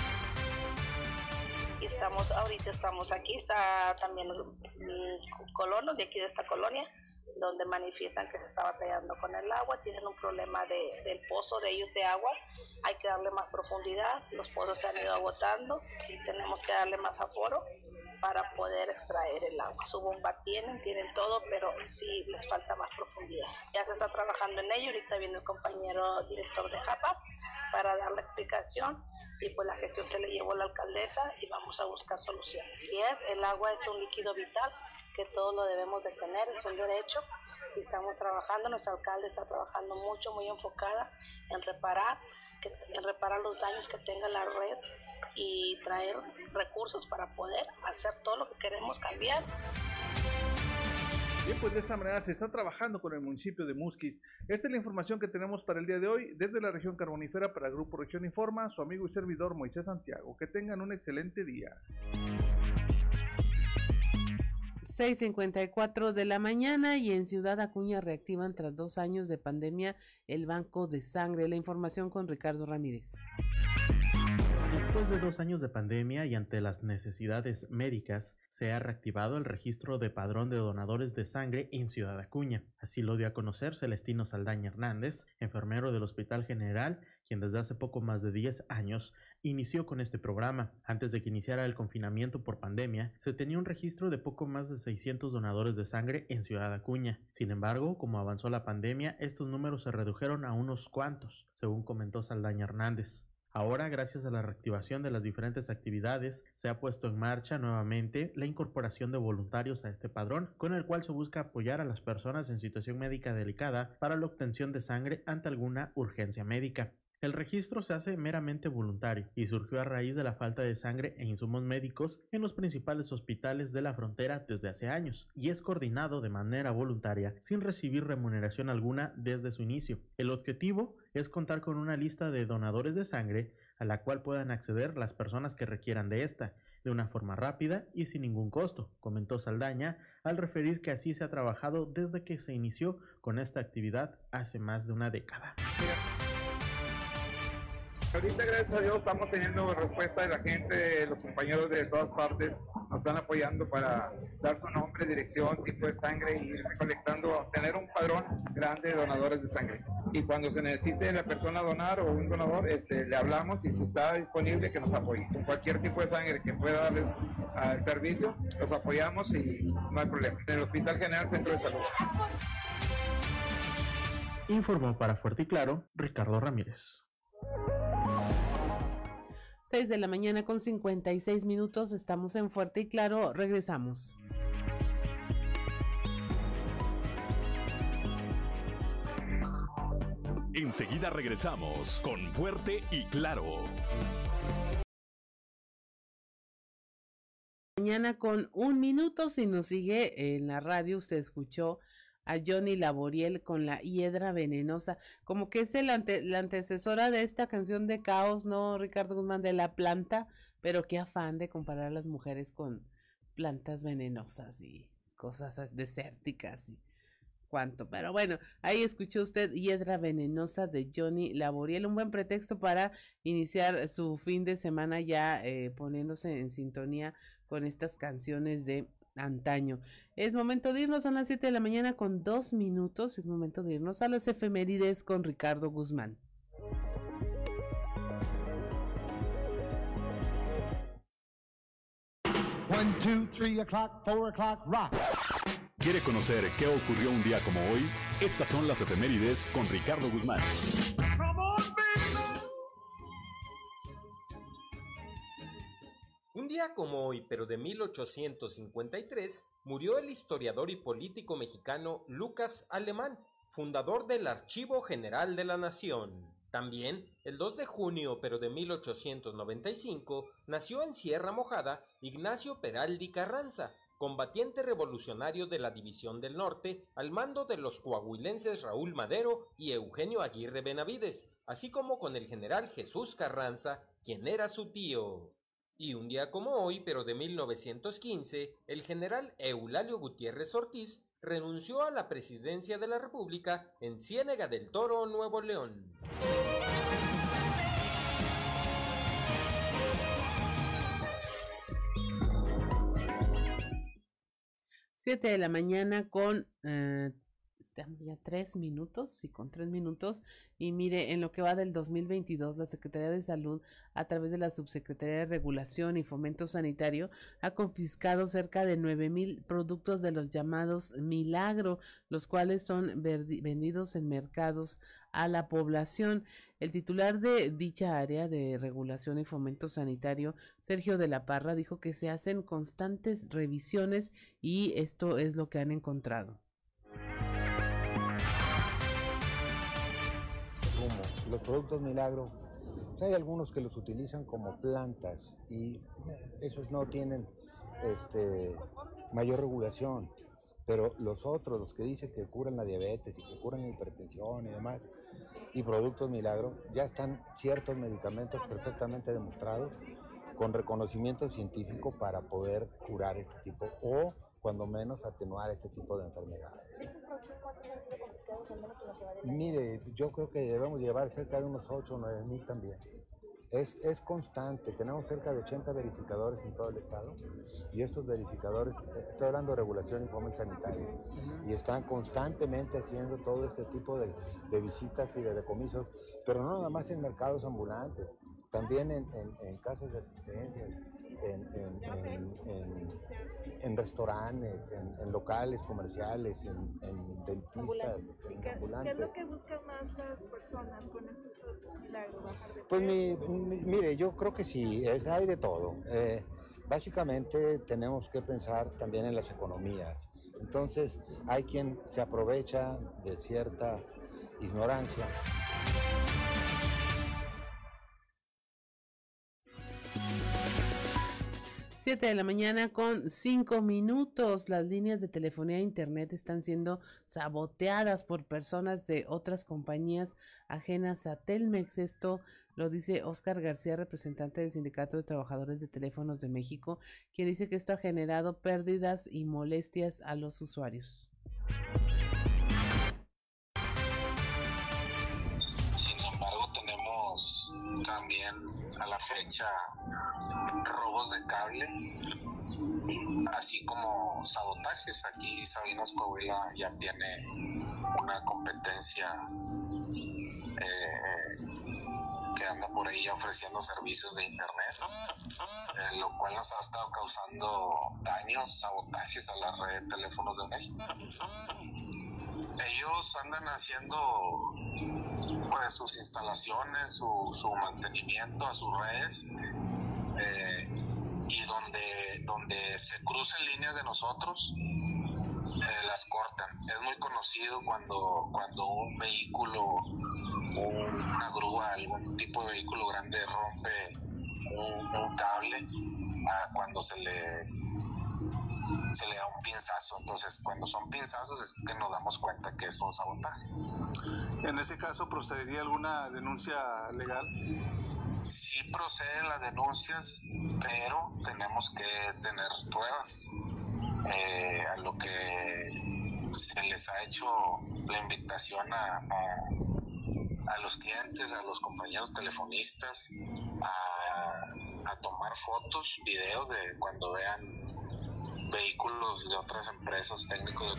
Estamos, ahorita estamos aquí, está también los mm, colonos de aquí de esta colonia, donde manifiestan que se está batallando con el agua, tienen un problema de, del pozo de ellos de agua, hay que darle más profundidad, los pozos se han ido agotando y tenemos que darle más aforo para poder extraer el agua. Su bomba tienen, tienen todo, pero sí les falta más profundidad. Ya se está trabajando en ello, ahorita viene el compañero director de Japa para dar la explicación y pues la gestión se le llevó a la alcaldesa y vamos a buscar soluciones. Si es, el agua es un líquido vital que todos lo debemos de tener, es un derecho y estamos trabajando, nuestra alcalde está trabajando mucho, muy enfocada en reparar, que, en reparar los daños que tenga la red y traer recursos para poder hacer todo lo que queremos cambiar. Bien, pues de esta manera se está trabajando con el municipio de Musquis. Esta es la información que tenemos para el día de hoy desde la región carbonífera para el Grupo Región Informa, su amigo y servidor Moisés Santiago. Que tengan un excelente día. seis cincuenta y cuatro de la mañana y en Ciudad Acuña reactivan tras dos años de pandemia el banco de sangre. La información con Ricardo Ramírez. Después de dos años de pandemia y ante las necesidades médicas, se ha reactivado el registro de padrón de donadores de sangre en Ciudad Acuña. Así lo dio a conocer Celestino Saldaña Hernández, enfermero del Hospital General, quien desde hace poco más de diez años inició con este programa. Antes de que iniciara el confinamiento por pandemia, se tenía un registro de poco más de seiscientos donadores de sangre en Ciudad Acuña. Sin embargo, como avanzó la pandemia, estos números se redujeron a unos cuantos, según comentó Saldaña Hernández. Ahora, gracias a la reactivación de las diferentes actividades, se ha puesto en marcha nuevamente la incorporación de voluntarios a este padrón, con el cual se busca apoyar a las personas en situación médica delicada para la obtención de sangre ante alguna urgencia médica. El registro se hace meramente voluntario y surgió a raíz de la falta de sangre e insumos médicos en los principales hospitales de la frontera desde hace años, y es coordinado de manera voluntaria sin recibir remuneración alguna desde su inicio. El objetivo es contar con una lista de donadores de sangre a la cual puedan acceder las personas que requieran de esta, de una forma rápida y sin ningún costo, comentó Saldaña al referir que así se ha trabajado desde que se inició con esta actividad hace más de una década. Ahorita, gracias a Dios, estamos teniendo respuesta de la gente, los compañeros de todas partes nos están apoyando para dar su nombre, dirección, tipo de sangre y ir recolectando, tener un padrón grande de donadores de sangre. Y cuando se necesite la persona donar o un donador, este, le hablamos y si está disponible que nos apoye. Con cualquier tipo de sangre que pueda darles al servicio, los apoyamos y no hay problema. En el Hospital General Centro de Salud. Informó para Fuerte y Claro, Ricardo Ramírez. seis de la mañana con cincuenta y seis minutos, estamos en Fuerte y Claro, regresamos. Enseguida regresamos con Fuerte y Claro. Mañana con un minuto, si nos sigue en la radio, usted escuchó a Johnny Laboriel con La Hiedra Venenosa, como que es el ante, la antecesora de esta canción de Caos, ¿no, Ricardo Guzmán? De La Planta, pero qué afán de comparar a las mujeres con plantas venenosas y cosas desérticas y cuánto, pero bueno, ahí escuchó usted Hiedra Venenosa de Johnny Laboriel, un buen pretexto para iniciar su fin de semana ya eh, poniéndose en sintonía con estas canciones de antaño. Es momento de irnos, son las siete de la mañana con dos minutos, es momento de irnos a las efemérides con Ricardo Guzmán. One, two, three o'clock, four o'clock, rock. ¿Quiere conocer qué ocurrió un día como hoy? Estas son las efemérides con Ricardo Guzmán. Un día como hoy, pero de mil ochocientos cincuenta y tres, murió el historiador y político mexicano Lucas Alemán, fundador del Archivo General de la Nación. También, el dos de junio, pero de mil ochocientos noventa y cinco, nació en Sierra Mojada Ignacio Peraldi Carranza, combatiente revolucionario de la División del Norte, al mando de los coahuilenses Raúl Madero y Eugenio Aguirre Benavides, así como con el general Jesús Carranza, quien era su tío. Y un día como hoy, pero de mil novecientos quince, el general Eulalio Gutiérrez Ortiz renunció a la presidencia de la República en Ciénega del Toro, Nuevo León. Siete de la mañana con eh, estamos ya tres minutos, sí, con tres minutos, y mire, en lo que va del dos mil veintidós, la Secretaría de Salud, a través de la Subsecretaría de Regulación y Fomento Sanitario, ha confiscado cerca de nueve mil productos de los llamados Milagro, los cuales son vendidos en mercados a la población. El titular de dicha área de regulación y fomento sanitario, Sergio de la Parra, dijo que se hacen constantes revisiones y esto es lo que han encontrado. Los productos Milagro, pues hay algunos que los utilizan como plantas y esos no tienen este, mayor regulación, pero los otros, los que dicen que curan la diabetes y que curan la hipertensión y demás, y productos Milagro, ya están ciertos medicamentos perfectamente demostrados con reconocimiento científico para poder curar este tipo o cuando menos atenuar este tipo de enfermedades. ¿Estos productos cuántos han sido confiscados al menos en lo que va de la Mire, yo creo que debemos llevar cerca de unos ocho o nueve mil también. Es, es constante, tenemos cerca de ochenta verificadores en todo el estado y estos verificadores, estoy hablando de regulación y fomento sanitario, y están constantemente haciendo todo este tipo de, de visitas y de decomisos, pero no nada más en mercados ambulantes, también en, en, en casas de asistencias, en, en, en, en, en restaurantes, en, en locales comerciales, en, en dentistas, en ambulantes. ¿Qué es lo que buscan más las personas con estos productos Milagro? ¿Bajar de Pues mi, mi, mire, yo creo que sí, es, hay de todo. Eh, básicamente tenemos que pensar también en las economías. Entonces hay quien se aprovecha de cierta ignorancia. Siete de la mañana con cinco minutos. Las líneas de telefonía e internet están siendo saboteadas por personas de otras compañías ajenas a Telmex. Esto lo dice Óscar García, representante del Sindicato de Trabajadores de Teléfonos de México, quien dice que esto ha generado pérdidas y molestias a los usuarios. Sin embargo, tenemos también a la fecha robos de cable, así como sabotajes. Aquí Sabinas Coahuila ya tiene una competencia eh, que anda por ahí ofreciendo servicios de internet, eh, lo cual nos ha estado causando daños, sabotajes a la red de teléfonos de México. Ellos andan haciendo pues sus instalaciones, su, su mantenimiento a sus redes, eh, y donde, donde se crucen líneas de nosotros, eh, las cortan. Es muy conocido cuando, cuando un vehículo, una grúa, algún tipo de vehículo grande rompe un, un cable, ah, cuando se le se le da un pinzazo. Entonces, cuando son pinzazos es que nos damos cuenta que es un sabotaje. ¿En ese caso procedería alguna denuncia legal? Sí proceden las denuncias, pero tenemos que tener pruebas. Eh, a lo que se les ha hecho la invitación a, a, a los clientes, a los compañeros telefonistas, a, a tomar fotos, videos de cuando vean vehículos de otras empresas, técnicos de...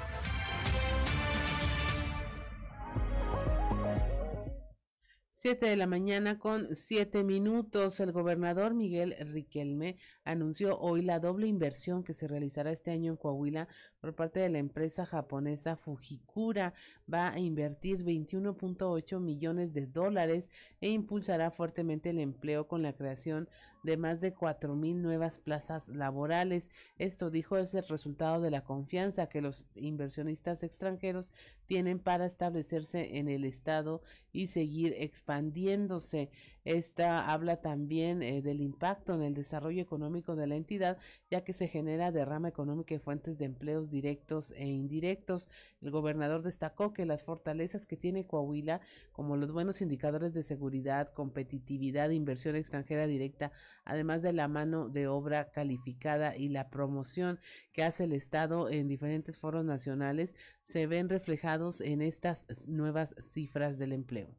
Siete de la mañana con siete minutos. El gobernador Miguel Riquelme anunció hoy la doble inversión que se realizará este año en Coahuila por parte de la empresa japonesa Fujikura. Va a invertir veintiuno punto ocho millones de dólares e impulsará fuertemente el empleo con la creación de más de cuatro mil nuevas plazas laborales. Esto, dijo, es el resultado de la confianza que los inversionistas extranjeros tienen para establecerse en el estado y seguir expandiendo expandiéndose. Esta habla también eh, del impacto en el desarrollo económico de la entidad, ya que se genera derrama económica y fuentes de empleos directos e indirectos. El gobernador destacó que las fortalezas que tiene Coahuila, como los buenos indicadores de seguridad, competitividad, inversión extranjera directa, además de la mano de obra calificada y la promoción que hace el Estado en diferentes foros nacionales, se ven reflejados en estas nuevas cifras del empleo.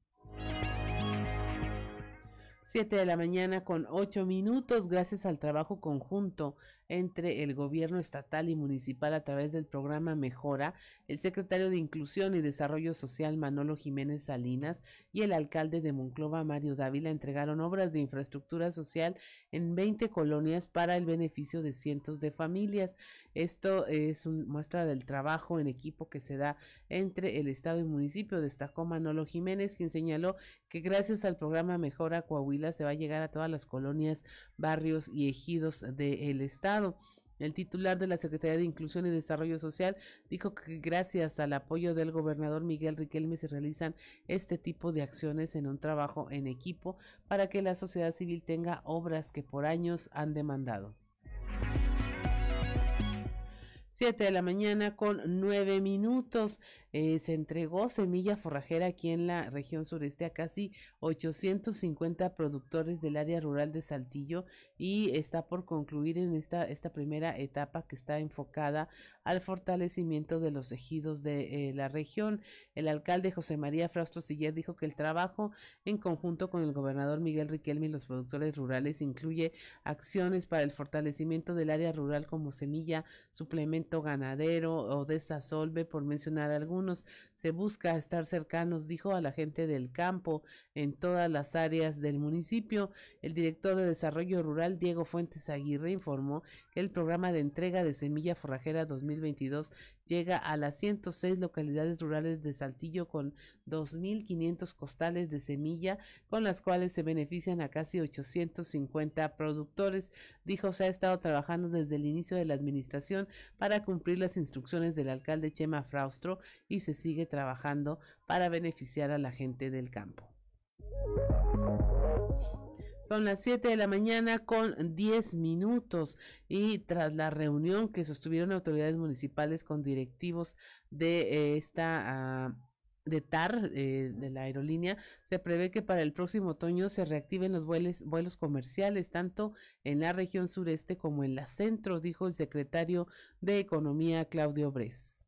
Siete de la mañana con ocho minutos, gracias al trabajo conjunto entre el gobierno estatal y municipal a través del programa Mejora, el secretario de Inclusión y Desarrollo Social Manolo Jiménez Salinas y el alcalde de Monclova Mario Dávila entregaron obras de infraestructura social en veinte colonias para el beneficio de cientos de familias. Esto es una muestra del trabajo en equipo que se da entre el estado y municipio, destacó Manolo Jiménez, quien señaló que gracias al programa Mejora Coahuila se va a llegar a todas las colonias, barrios y ejidos del estado. El titular de la Secretaría de Inclusión y Desarrollo Social dijo que gracias al apoyo del gobernador Miguel Riquelme se realizan este tipo de acciones en un trabajo en equipo para que la sociedad civil tenga obras que por años han demandado. Siete de la mañana con nueve minutos. Eh, se entregó semilla forrajera aquí en la región sureste a casi ochocientos cincuenta productores del área rural de Saltillo y está por concluir en esta, esta primera etapa que está enfocada al fortalecimiento de los ejidos de eh, la región. El alcalde José María Frausto Siller dijo que el trabajo en conjunto con el gobernador Miguel Riquelme y los productores rurales incluye acciones para el fortalecimiento del área rural como semilla, suplemento ganadero o desasolve, por mencionar algunos. Se busca estar cercanos, dijo, a la gente del campo en todas las áreas del municipio. El director de Desarrollo Rural, Diego Fuentes Aguirre, informó que el programa de entrega de semilla forrajera dos mil veintidós llega a las ciento seis localidades rurales de Saltillo con dos mil quinientos costales de semilla, con las cuales se benefician a casi ochocientos cincuenta productores. Dijo, se ha estado trabajando desde el inicio de la administración para cumplir las instrucciones del alcalde Chema Fraustro y se sigue trabajando para beneficiar a la gente del campo. Son las siete de la mañana con diez minutos y tras la reunión que sostuvieron autoridades municipales con directivos de eh, esta... Uh, de T A R, eh, de la aerolínea, se prevé que para el próximo otoño se reactiven los vuelos, vuelos comerciales, tanto en la región sureste como en la centro, dijo el secretario de Economía, Claudio Bres.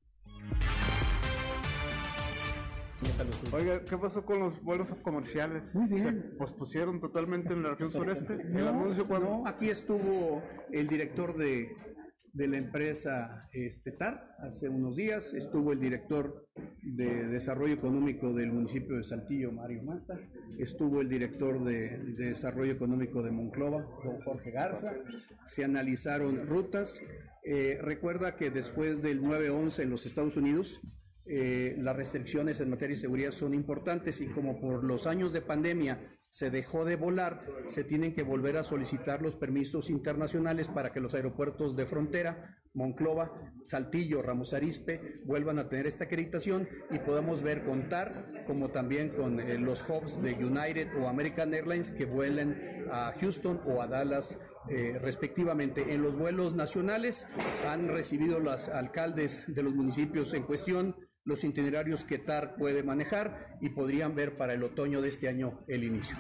Oiga, ¿qué pasó con los vuelos comerciales? Muy bien. ¿Se pospusieron totalmente en la región sureste? No, ¿El anuncio cuándo? no, aquí estuvo el director de, de la empresa este, T A R hace unos días, estuvo el director de Desarrollo Económico del municipio de Saltillo, Mario Mata, estuvo el director de, de Desarrollo Económico de Monclova, don Jorge Garza, se analizaron rutas. Eh, recuerda que después del nueve once en los Estados Unidos, Eh, las restricciones en materia de seguridad son importantes y como por los años de pandemia se dejó de volar, se tienen que volver a solicitar los permisos internacionales para que los aeropuertos de frontera, Monclova, Saltillo, Ramos Arizpe, vuelvan a tener esta acreditación y podamos ver con T A R como también con eh, los hubs de United o American Airlines que vuelen a Houston o a Dallas eh, respectivamente. En los vuelos nacionales han recibido los alcaldes de los municipios en cuestión los itinerarios que T A R puede manejar y podrían ver para el otoño de este año el inicio.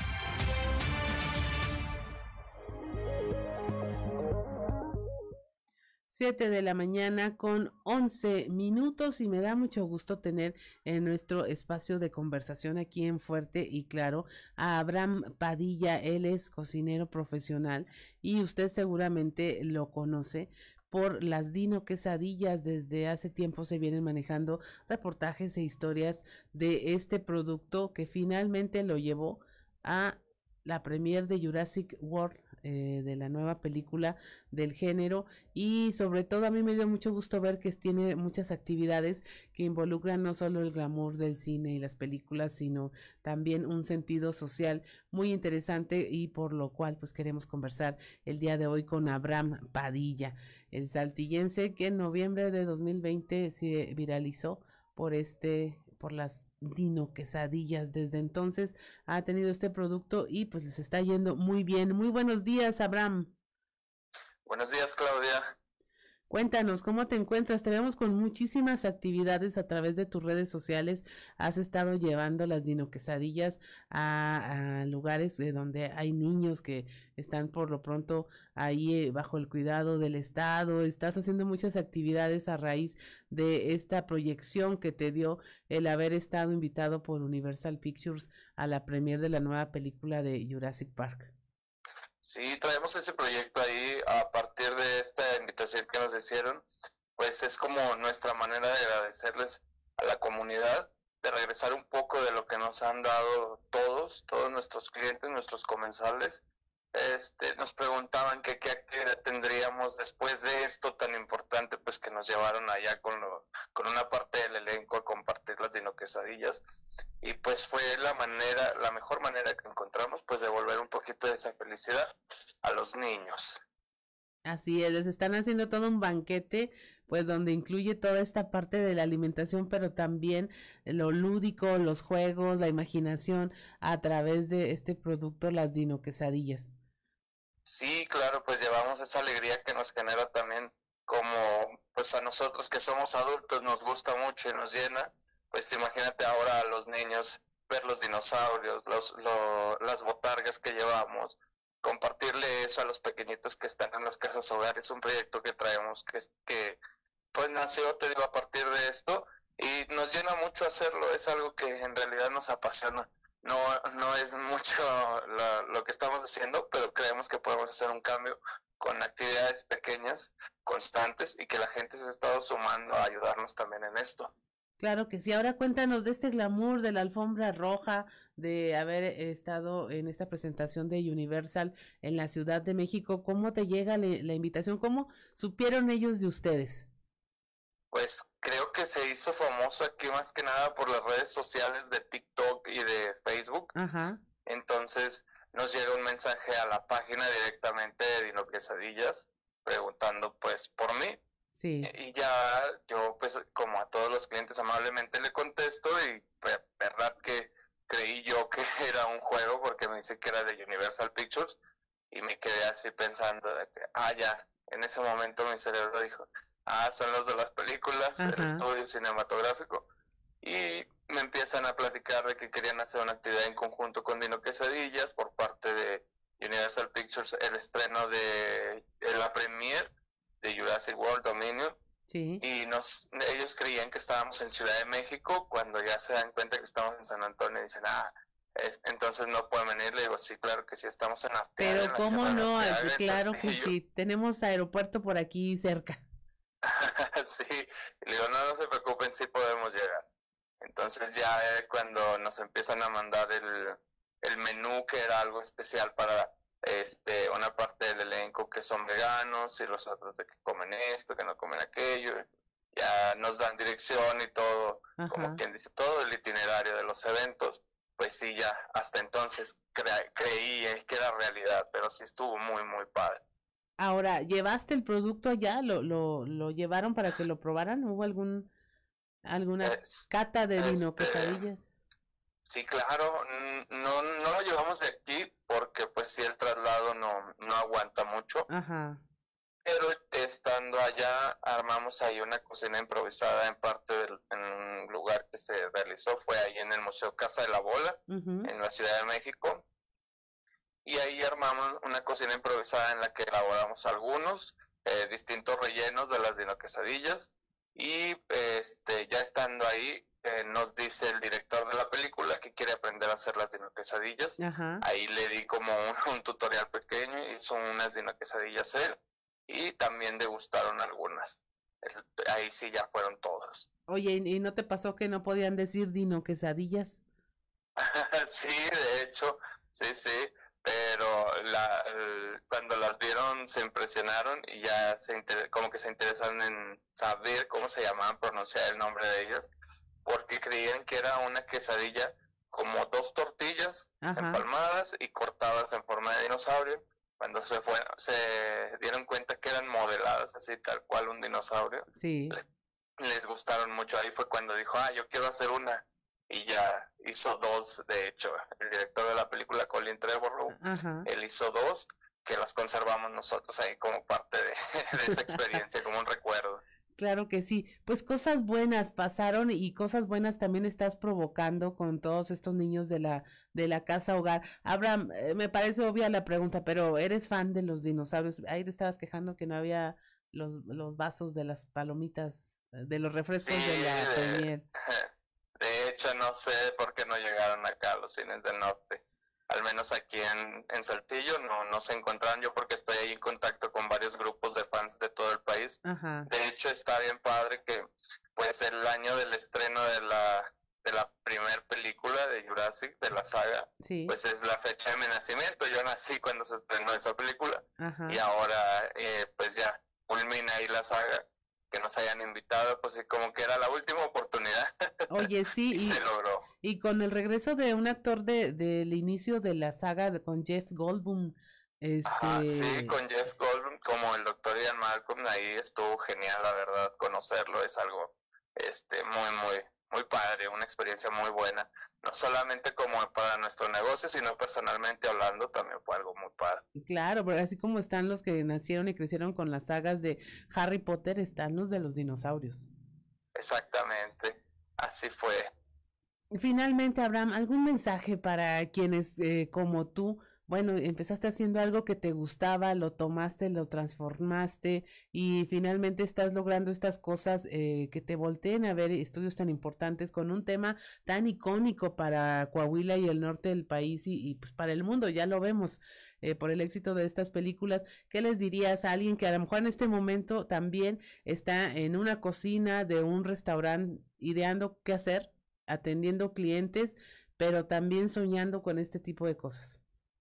Siete de la mañana con once minutos y me da mucho gusto tener en nuestro espacio de conversación aquí en Fuerte y Claro a Abraham Padilla. Él es cocinero profesional y usted seguramente lo conoce por las Dino Quesadillas. Desde hace tiempo se vienen manejando reportajes e historias de este producto que finalmente lo llevó a la premier de Jurassic World, eh, de la nueva película del género, y sobre todo a mí me dio mucho gusto ver que tiene muchas actividades que involucran no solo el glamour del cine y las películas, sino también un sentido social muy interesante y por lo cual pues queremos conversar el día de hoy con Abraham Padilla, el saltillense que en noviembre de dos mil veinte se viralizó por este por las Dino Quesadillas. Desde entonces ha tenido este producto y pues les está yendo muy bien. Muy buenos días, Abraham. Buenos días, Claudia. Cuéntanos, ¿cómo te encuentras? Te vemos con muchísimas actividades a través de tus redes sociales. Has estado llevando las Dino Quesadillas a, a lugares eh, donde hay niños que están por lo pronto ahí eh, bajo el cuidado del Estado. Estás haciendo muchas actividades a raíz de esta proyección que te dio el haber estado invitado por Universal Pictures a la premier de la nueva película de Jurassic Park. Sí, traemos ese proyecto ahí a partir de esta invitación que nos hicieron, pues es como nuestra manera de agradecerles a la comunidad, de regresar un poco de lo que nos han dado todos, todos nuestros clientes, nuestros comensales. Este, nos preguntaban que qué actividad tendríamos después de esto tan importante, pues que nos llevaron allá con, lo, con una parte del elenco a compartir las Dino Quesadillas, y pues fue la manera, la mejor manera que encontramos, pues de devolver un poquito de esa felicidad a los niños. Así es, les están haciendo todo un banquete, pues donde incluye toda esta parte de la alimentación, pero también lo lúdico, los juegos, la imaginación a través de este producto, las Dino Quesadillas. Sí, claro, pues llevamos esa alegría que nos genera también, como pues a nosotros que somos adultos nos gusta mucho y nos llena, pues imagínate ahora a los niños ver los dinosaurios, los, lo, las botargas que llevamos, compartirle eso a los pequeñitos que están en las casas hogar. Es un proyecto que traemos que, que pues nació, te digo, a partir de esto, y nos llena mucho hacerlo, es algo que en realidad nos apasiona. No, no es mucho lo, lo que estamos haciendo, pero creemos que podemos hacer un cambio con actividades pequeñas, constantes, y que la gente se ha estado sumando a ayudarnos también en esto. Claro que sí. Ahora cuéntanos de este glamour de la alfombra roja, de haber estado en esta presentación de Universal en la Ciudad de México. ¿Cómo te llega la, la invitación? ¿Cómo supieron ellos de ustedes? Pues creo que se hizo famoso aquí más que nada por las redes sociales de TikTok y de Facebook. Ajá. Entonces nos llega un mensaje a la página directamente de Dino Quesadillas preguntando pues por mí. Sí. Y ya yo pues como a todos los clientes amablemente le contesto, y pues verdad que creí yo que era un juego porque me dice que era de Universal Pictures, y me quedé así pensando de que, ah ya, en ese momento mi cerebro dijo, ah, son los de las películas, Ajá. el estudio cinematográfico, y me empiezan a platicar de que querían hacer una actividad en conjunto con Dino Quesadillas por parte de Universal Pictures, el estreno de, de la premiere de Jurassic World Dominion. Sí. Y nos, ellos creían que estábamos en Ciudad de México, cuando ya se dan cuenta que estamos en San Antonio y dicen, ah, es, entonces no pueden venir. Le digo, sí, claro que sí, estamos en Arteaga. Pero en la cómo Sierra de no, Arteaga, en claro que Saltillo. sí, tenemos aeropuerto por aquí cerca. Sí, y le digo, no, no se preocupen, sí podemos llegar. Entonces ya eh, cuando nos empiezan a mandar el, el menú, que era algo especial para este una parte del elenco que son veganos, y los otros de que comen esto, que no comen aquello, ya nos dan dirección y todo, Ajá. como quien dice, todo el itinerario de los eventos. Pues sí, ya hasta entonces cre creí que era realidad, pero sí estuvo muy, muy padre. Ahora, ¿llevaste el producto allá? ¿Lo, lo, lo llevaron para que lo probaran? ¿Hubo algún alguna Es, cata de Dino este, Quesadillas? Sí, claro, no, no lo llevamos de aquí porque pues sí el traslado no, no aguanta mucho, Ajá. pero estando allá armamos ahí una cocina improvisada en parte del, en un lugar que se realizó, fue ahí en el Museo Casa de la Bola, Uh-huh. en la Ciudad de México, y ahí armamos una cocina improvisada en la que elaboramos algunos eh, distintos rellenos de las Dino Quesadillas, y este ya estando ahí eh, nos dice el director de la película que quiere aprender a hacer las Dino Quesadillas. Ajá. Ahí le di como un, un tutorial pequeño, y hizo unas Dino Quesadillas él, y también degustaron algunas. Es- ahí sí ya fueron todos. Oye, ¿y y no te pasó que no podían decir Dino Quesadillas? Sí, de hecho, sí, sí, pero la, el- cuando las vieron se impresionaron, y ya se inter- como que se interesaron en saber cómo se llamaban, pronunciar el nombre de ellas, porque creían que era una quesadilla como dos tortillas Ajá. empalmadas y cortadas en forma de dinosaurio. Cuando se fueron, se dieron cuenta que eran modeladas así tal cual un dinosaurio, Sí. les, les gustaron mucho. Ahí fue cuando dijo, ah, yo quiero hacer una y ya hizo dos, de hecho, el director de la película, Colin Trevorrow, Ajá. él hizo dos, que las conservamos nosotros ahí como parte de, de esa experiencia, como un recuerdo. Claro que sí, pues cosas buenas pasaron y cosas buenas también estás provocando con todos estos niños de la de la casa hogar. Abraham, eh, me parece obvia la pregunta, pero ¿eres fan de los dinosaurios? Ahí te estabas quejando que no había los los vasos de las palomitas, de los refrescos Sí, de la de, premier. de hecho no sé por qué no llegaron acá a los cines del norte. Al menos aquí en, en Saltillo no, no se encontraron, yo porque estoy ahí en contacto con varios grupos de fans de todo el país. Ajá. De hecho está bien padre que pues el año del estreno de la de la primer película de Jurassic, de la saga, Sí. pues es la fecha de mi nacimiento. Yo nací cuando se estrenó esa película Ajá. y ahora eh, pues ya culmina ahí la saga, que nos hayan invitado, pues como que era la última oportunidad. Oye, sí, y, y, se logró. y con el regreso de un actor de del inicio de la saga de, con Jeff Goldblum, este Ajá, sí, con Jeff Goldblum como el doctor Ian Malcolm, ahí estuvo genial, la verdad, conocerlo es algo este muy, muy, muy padre, una experiencia muy buena, no solamente como para nuestro negocio, sino personalmente hablando también fue algo muy padre. Claro, porque así como están los que nacieron y crecieron con las sagas de Harry Potter, están los de los dinosaurios. Exactamente, así fue. Finalmente, Abraham, ¿algún mensaje para quienes eh, como tú, bueno, empezaste haciendo algo que te gustaba, lo tomaste, lo transformaste y finalmente estás logrando estas cosas eh, que te volteen a ver estudios tan importantes con un tema tan icónico para Coahuila y el norte del país y, y pues para el mundo, ya lo vemos eh, por el éxito de estas películas? ¿Qué les dirías a alguien que a lo mejor en este momento también está en una cocina de un restaurante ideando qué hacer, atendiendo clientes, pero también soñando con este tipo de cosas?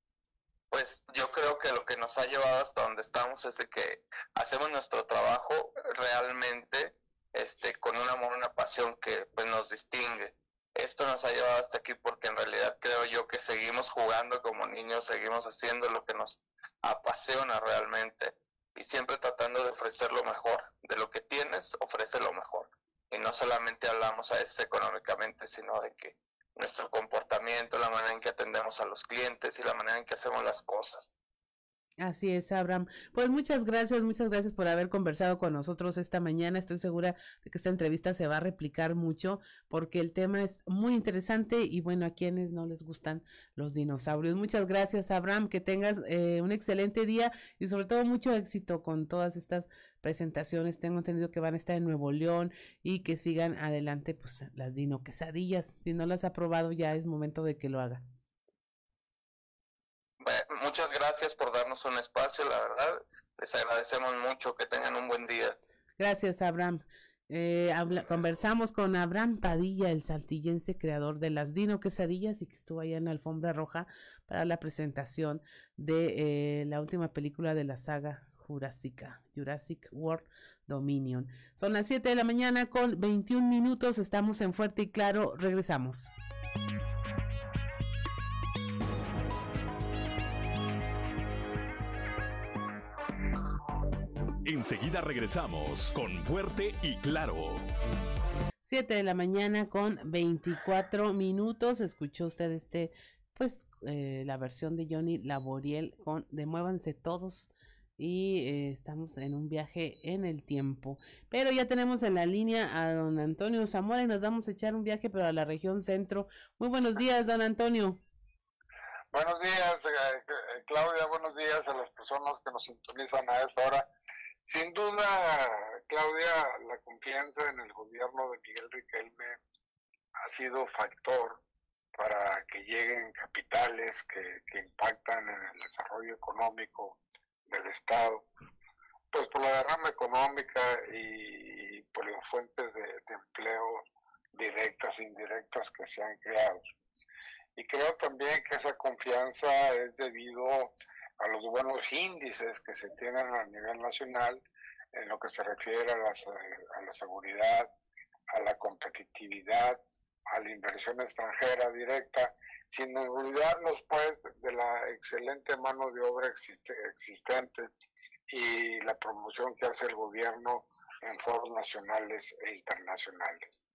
Pues yo creo que lo que nos ha llevado hasta donde estamos es de que hacemos nuestro trabajo realmente este con un amor, una pasión que pues nos distingue. Esto nos ha llevado hasta aquí porque en realidad creo yo que seguimos jugando como niños, seguimos haciendo lo que nos apasiona realmente y siempre tratando de ofrecer lo mejor. De lo que tienes, ofrece lo mejor. Y no solamente hablamos a esto económicamente, sino de que nuestro comportamiento, la manera en que atendemos a los clientes y la manera en que hacemos las cosas. Así es, Abraham. Pues muchas gracias, muchas gracias por haber conversado con nosotros esta mañana. Estoy segura de que esta entrevista se va a replicar mucho porque el tema es muy interesante y bueno, a quienes no les gustan los dinosaurios. Muchas gracias, Abraham, que tengas eh, un excelente día y sobre todo mucho éxito con todas estas presentaciones. Tengo entendido que van a estar en Nuevo León y que sigan adelante pues las dino quesadillas. Si no las ha probado ya es momento de que lo haga. Bueno, muchas gracias por darnos un espacio, la verdad, les agradecemos mucho, que tengan un buen día. Gracias, Abraham. Eh, habla, conversamos con Abraham Padilla, el saltillense creador de las Dino Quesadillas y que estuvo allá en la alfombra roja para la presentación de eh, la última película de la saga Jurásica, Jurassic World Dominion. Son las siete de la mañana con veintiún minutos, estamos en Fuerte y Claro, regresamos. Enseguida regresamos con Fuerte y Claro. siete de la mañana con veinticuatro minutos. Escuchó usted este, pues, eh, la versión de Johnny Laboriel con de Muévanse Todos. Y eh, estamos en un viaje en el tiempo. Pero ya tenemos en la línea a don Antonio Zamora y nos vamos a echar un viaje, pero a la región centro. Muy buenos días, don Antonio. Buenos días, eh, Claudia. Buenos días a las personas que nos sintonizan a esta hora. Sin duda, Claudia, la confianza en el gobierno de Miguel Riquelme ha sido factor para que lleguen capitales que, que impactan en el desarrollo económico del Estado, pues por la derrama económica y por las fuentes de, de empleo directas e indirectas que se han creado. Y creo también que esa confianza es debido a los buenos índices que se tienen a nivel nacional en lo que se refiere a la, a la seguridad, a la competitividad, a la inversión extranjera directa, sin olvidarnos pues de la excelente mano de obra existe, existente y la promoción que hace el gobierno en foros nacionales e internacionales.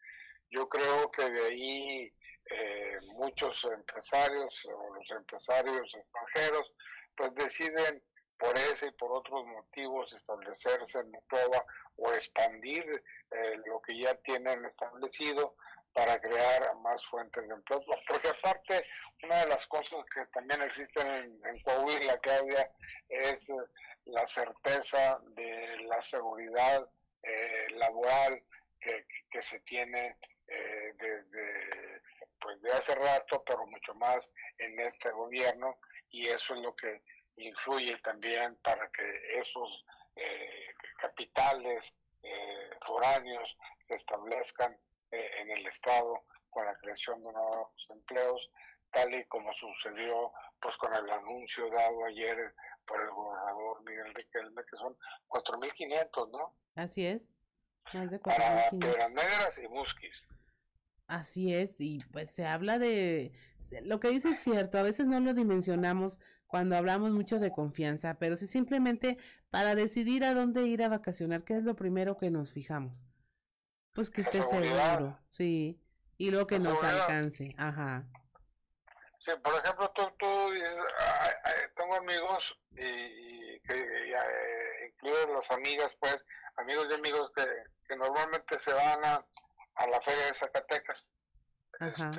Yo creo que de ahí eh, muchos empresarios o los empresarios extranjeros pues deciden por ese y por otros motivos establecerse en Monclova o expandir eh, lo que ya tienen establecido para crear más fuentes de empleo. Porque aparte, una de las cosas que también existen en, en Coahuila, Claudia, es la certeza de la seguridad eh, laboral que, que se tiene eh, desde pues de hace rato, pero mucho más en este gobierno, y eso es lo que influye también para que esos eh, capitales eh, foráneos se establezcan eh, en el estado con la creación de nuevos empleos, tal y como sucedió pues con el anuncio dado ayer por el gobernador Miguel Riquelme, que son cuatro mil quinientos, ¿no? Así es, más de para Piedras Negras y Musquis. Así es, y pues se habla de, lo que dice es cierto, a veces no lo dimensionamos cuando hablamos mucho de confianza, pero si simplemente para decidir a dónde ir a vacacionar, ¿qué es lo primero que nos fijamos? Pues que esté seguro, sí, y luego que nos alcance, ajá. Sí, por ejemplo, tú, tú dices, ah, ah, tengo amigos, y, y que eh, incluidos las amigas, pues, amigos y amigos que, que normalmente se van a, a la feria de Zacatecas, este,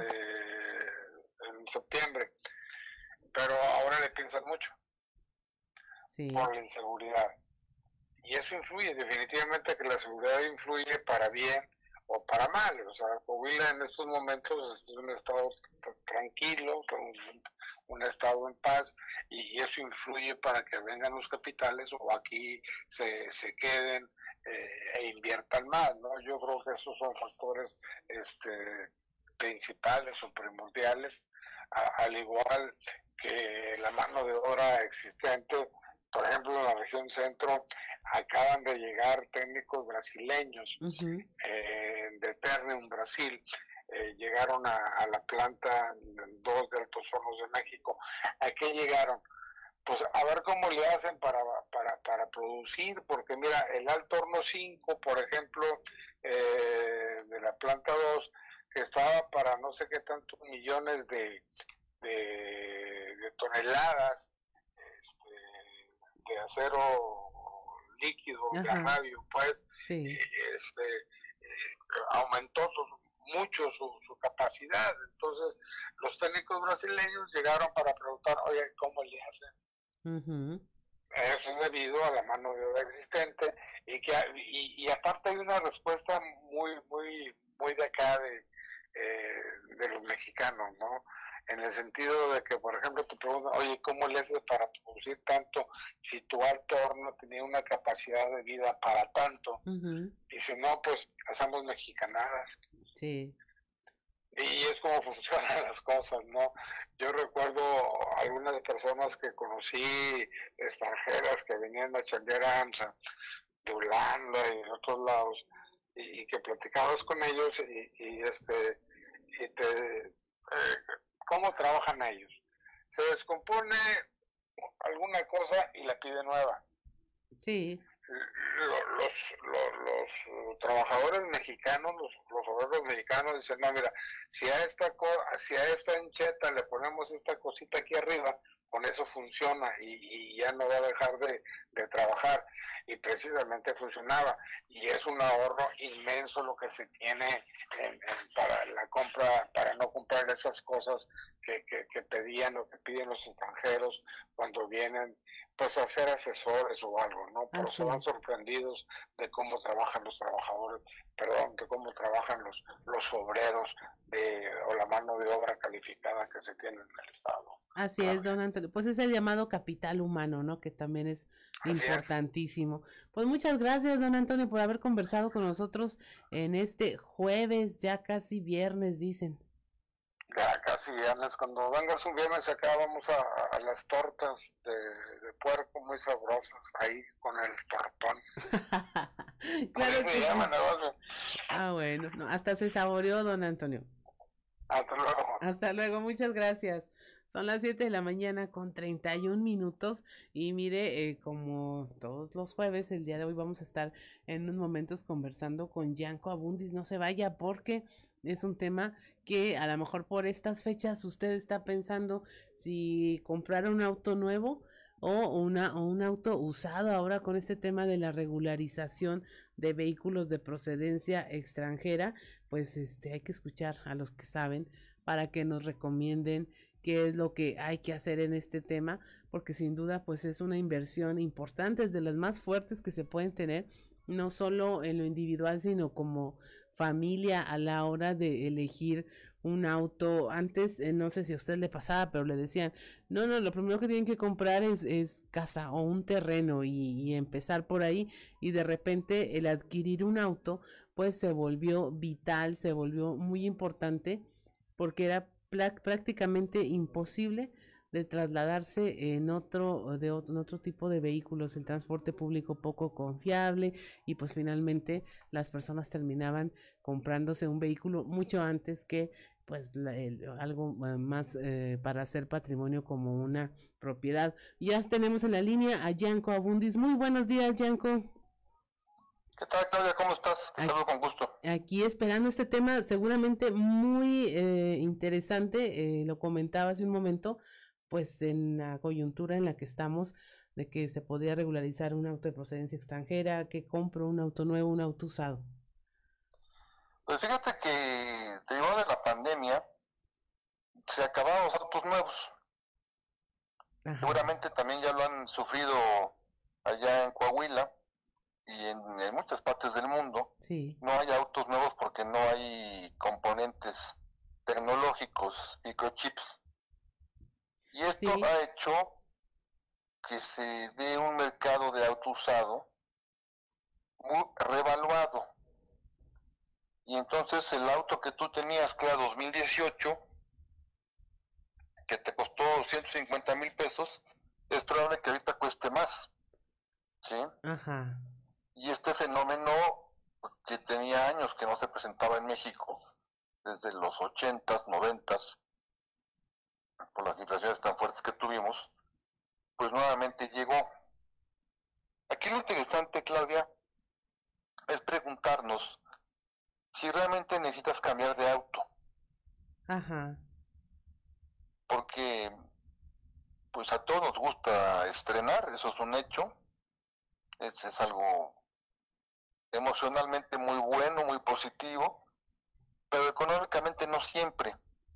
en septiembre, pero ahora le piensan mucho sí. por la inseguridad. Y eso influye, definitivamente que la seguridad influye para bien o para mal. O sea, Coahuila en estos momentos es un estado tranquilo, un, un estado en paz, y, y eso influye para que vengan los capitales o aquí se, se queden eh, e inviertan más, ¿no? Yo creo que esos son factores este, principales o primordiales, a, al igual que la mano de obra existente. Por ejemplo, en la región centro acaban de llegar técnicos brasileños uh-huh. eh, de Ternium, Brasil. Eh, llegaron a, a la planta dos de Altos Hornos de México. ¿A qué llegaron? Pues a ver cómo le hacen para, para, para producir, porque mira, el Alto Horno cinco, por ejemplo, eh, de la planta dos, que estaba para no sé qué tantos millones de, de, de toneladas, este, de acero líquido, de radio, pues, sí. este, eh, aumentó su, mucho su, su capacidad. Entonces, los técnicos brasileños llegaron para preguntar, oye, ¿cómo le hacen? Uh-huh. Eso es debido a la mano de obra existente, y que y, y aparte hay una respuesta muy, muy, muy de acá de, eh, de los mexicanos, ¿no? En el sentido de que, por ejemplo, te preguntan, oye, ¿cómo le haces para producir tanto si tu alto horno tenía una capacidad de vida para tanto? Uh-huh. Y si no, pues hacemos mexicanadas. Sí. Y es como funcionan las cosas, ¿no? Yo recuerdo algunas personas que conocí extranjeras que venían a chambear a AMSA, de Holanda y de otros lados, y, y que platicabas con ellos y, y este y te... Eh, ¿cómo trabajan ellos? Se descompone alguna cosa y la pide nueva. Sí. Los, los, los, los trabajadores mexicanos, los, los obreros mexicanos dicen, no, mira, si a esta co si a esta encheta le ponemos esta cosita aquí arriba, con eso funciona y, y ya no va a dejar de, de trabajar. Y precisamente funcionaba. Y es un ahorro inmenso lo que se tiene en, en, para la compra, para no comprar esas cosas que, que, que pedían o que piden los extranjeros cuando vienen pues a ser asesores o algo, ¿no? Pero se van sorprendidos de cómo trabajan los trabajadores, perdón, de cómo trabajan los, los obreros de, o la mano de obra calificada que se tiene en el Estado. Así claro. Es, don Antonio. Pues es el llamado capital humano, ¿no? Que también es Así importantísimo. Es. Pues muchas gracias, don Antonio, por haber conversado con nosotros en este jueves, ya casi viernes, dicen. Ya casi viernes, cuando vengas un viernes acá vamos a, a las tortas de, de puerco muy sabrosas, ahí con el tortón. Claro se que llama sí. negocio. Ah, bueno, no, hasta se saboreó, don Antonio. Hasta luego. Hasta luego, muchas gracias. Son las siete de la mañana con treinta y un minutos y mire, eh, como todos los jueves, el día de hoy vamos a estar en unos momentos conversando con Yanko Abundis. No se vaya porque es un tema que a lo mejor por estas fechas usted está pensando si comprar un auto nuevo o una o un auto usado ahora con este tema de la regularización de vehículos de procedencia extranjera. Pues este hay que escuchar a los que saben para que nos recomienden qué es lo que hay que hacer en este tema, porque sin duda pues es una inversión importante, es de las más fuertes que se pueden tener, no solo en lo individual, sino como familia a la hora de elegir un auto. Antes, eh, no sé si a usted le pasaba, pero le decían, no, no, lo primero que tienen que comprar es, es casa o un terreno y, y empezar por ahí, y de repente el adquirir un auto, pues se volvió vital, se volvió muy importante, porque era prácticamente imposible de trasladarse en otro de otro, en otro tipo de vehículos, el transporte público poco confiable, y pues finalmente las personas terminaban comprándose un vehículo mucho antes que pues la, el, algo más eh, para hacer patrimonio como una propiedad. Ya tenemos en la línea a Yanko Abundis. Muy buenos días, Yanko. ¿Qué tal, Claudia? ¿Cómo estás? Te saludo con gusto. Aquí esperando este tema seguramente muy eh, interesante, eh, lo comentaba hace un momento, pues en la coyuntura en la que estamos, de que se podría regularizar un auto de procedencia extranjera, que compro un auto nuevo, un auto usado. Pues fíjate que derivado de la pandemia, se acabaron los autos nuevos. Ajá. Seguramente también ya lo han sufrido allá en Coahuila y en, en muchas partes del mundo. Sí. No hay autos nuevos porque no hay componentes tecnológicos, microchips. Y esto sí. ha hecho que se dé un mercado de auto usado muy revaluado. Y entonces el auto que tú tenías, que era dos mil dieciocho, que te costó ciento cincuenta mil pesos, es probable que ahorita cueste más. ¿Sí? Ajá. Y este fenómeno, que tenía años que no se presentaba en México, desde los ochentas, noventas, por las inflaciones tan fuertes que tuvimos, pues nuevamente llegó. Aquí lo interesante, Claudia, es preguntarnos si realmente necesitas cambiar de auto. Ajá. Porque pues a todos nos gusta estrenar, eso es un hecho, es, es algo emocionalmente muy bueno, muy positivo, pero económicamente no siempre.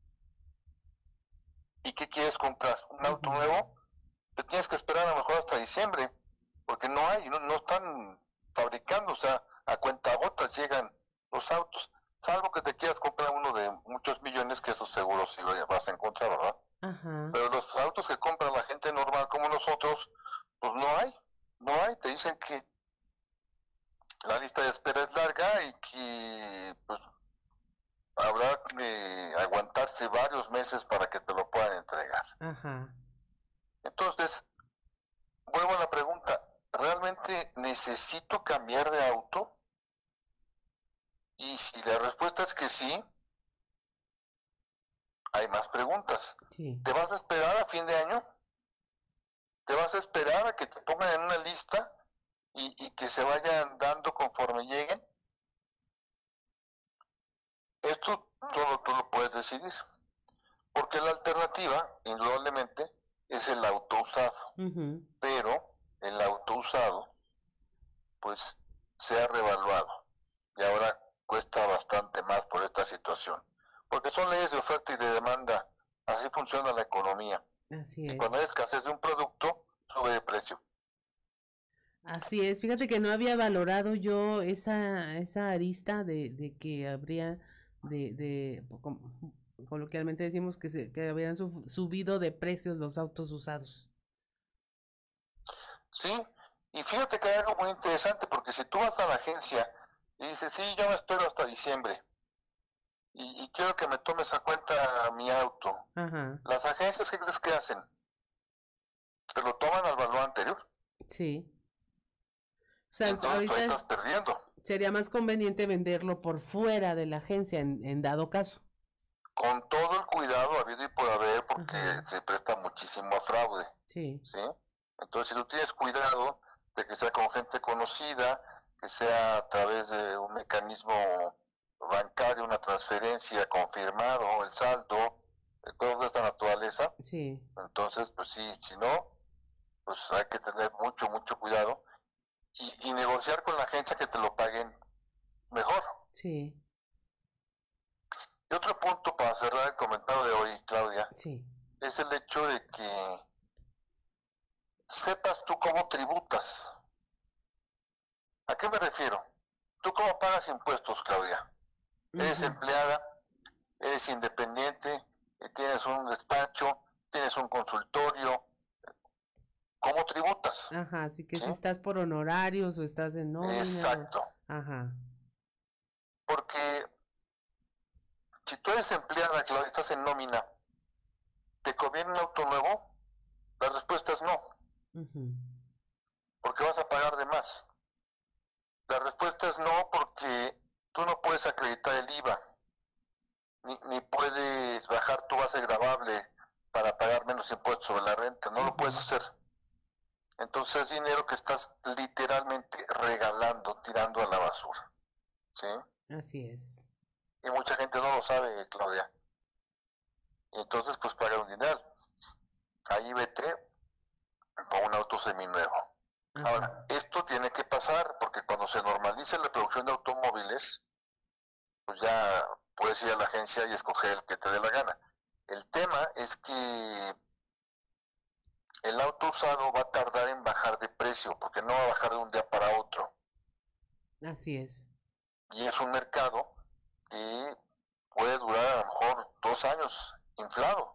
¿Y qué quieres comprar? ¿Un auto uh-huh. nuevo? Te tienes que esperar a lo mejor hasta diciembre, porque no hay, no, no están fabricando, o sea, a cuentagotas llegan los autos, salvo que te quieras comprar uno de muchos millones, que eso seguro sí lo vas a encontrar, ¿verdad? Ajá. Pero los autos que compra la gente normal como nosotros, pues no hay, no hay, te dicen que la lista de espera es larga y que pues habrá que aguantarse varios meses para que te lo puedan entregar. Ajá. Entonces, vuelvo a la pregunta, ¿realmente necesito cambiar de auto? Y si la respuesta es que sí, hay más preguntas. Sí. ¿Te vas a esperar a fin de año? ¿Te vas a esperar a que te pongan en una lista y, y que se vayan dando conforme lleguen? Esto solo tú lo puedes decidir. Porque la alternativa, indudablemente, es el auto usado. Uh-huh. Pero el auto usado, pues, se ha revaluado. Y ahora cuesta bastante más por esta situación. Porque son leyes de oferta y de demanda. Así funciona la economía. Así es. Y cuando hay escasez de un producto, sube de precio. Así es. Fíjate que no había valorado yo esa esa arista de, de que habría de, de coloquialmente decimos que se que habrían sub, subido de precios los autos usados. Sí, y fíjate que hay algo muy interesante, porque si tú vas a la agencia y dices, sí, yo me espero hasta diciembre y, y quiero que me tomes a cuenta mi auto. Ajá. Las agencias, ¿qué crees que hacen? ¿Se lo toman al valor anterior? Sí. O sea, entonces ahorita tú estás perdiendo. Sería más conveniente venderlo por fuera de la agencia en, en dado caso. Con todo el cuidado habido y por haber, porque Ajá. se presta muchísimo a fraude. Sí. ¿Sí? Entonces, si tú tienes cuidado de que sea con gente conocida, que sea a través de un mecanismo bancario, una transferencia confirmado, el saldo, de toda esta naturaleza. Sí. Entonces, pues sí, si no, pues hay que tener mucho, mucho cuidado y, y negociar con la agencia que te lo paguen mejor. Sí. Y otro punto para cerrar el comentario de hoy, Claudia, sí. es el hecho de que sepas tú cómo tributas. ¿A qué me refiero? ¿Tú cómo pagas impuestos, Claudia? Uh-huh. Eres empleada, eres independiente, tienes un despacho, tienes un consultorio. ¿Cómo tributas? Ajá, así que ¿sí? Si estás por honorarios o estás en nómina. Exacto. Ajá. Porque si tú eres empleada, Claudia, estás en nómina, ¿te conviene un auto nuevo? La respuesta es no. Uh-huh. Porque vas a pagar de más. La respuesta es no, porque tú no puedes acreditar el I V A, ni, ni puedes bajar tu base gravable para pagar menos impuestos sobre la renta, no uh-huh. lo puedes hacer. Entonces es dinero que estás literalmente regalando, tirando a la basura. ¿Sí? Así es. Y mucha gente no lo sabe, Claudia. Y entonces pues paga un dinero. Ahí vete con un auto seminuevo. Uh-huh. Ahora, esto tiene que pasar porque cuando se normalice la producción de automóviles, pues ya puedes ir a la agencia y escoger el que te dé la gana. El tema es que el auto usado va a tardar en bajar de precio porque no va a bajar de un día para otro. Así es. Y es un mercado que puede durar a lo mejor dos años inflado.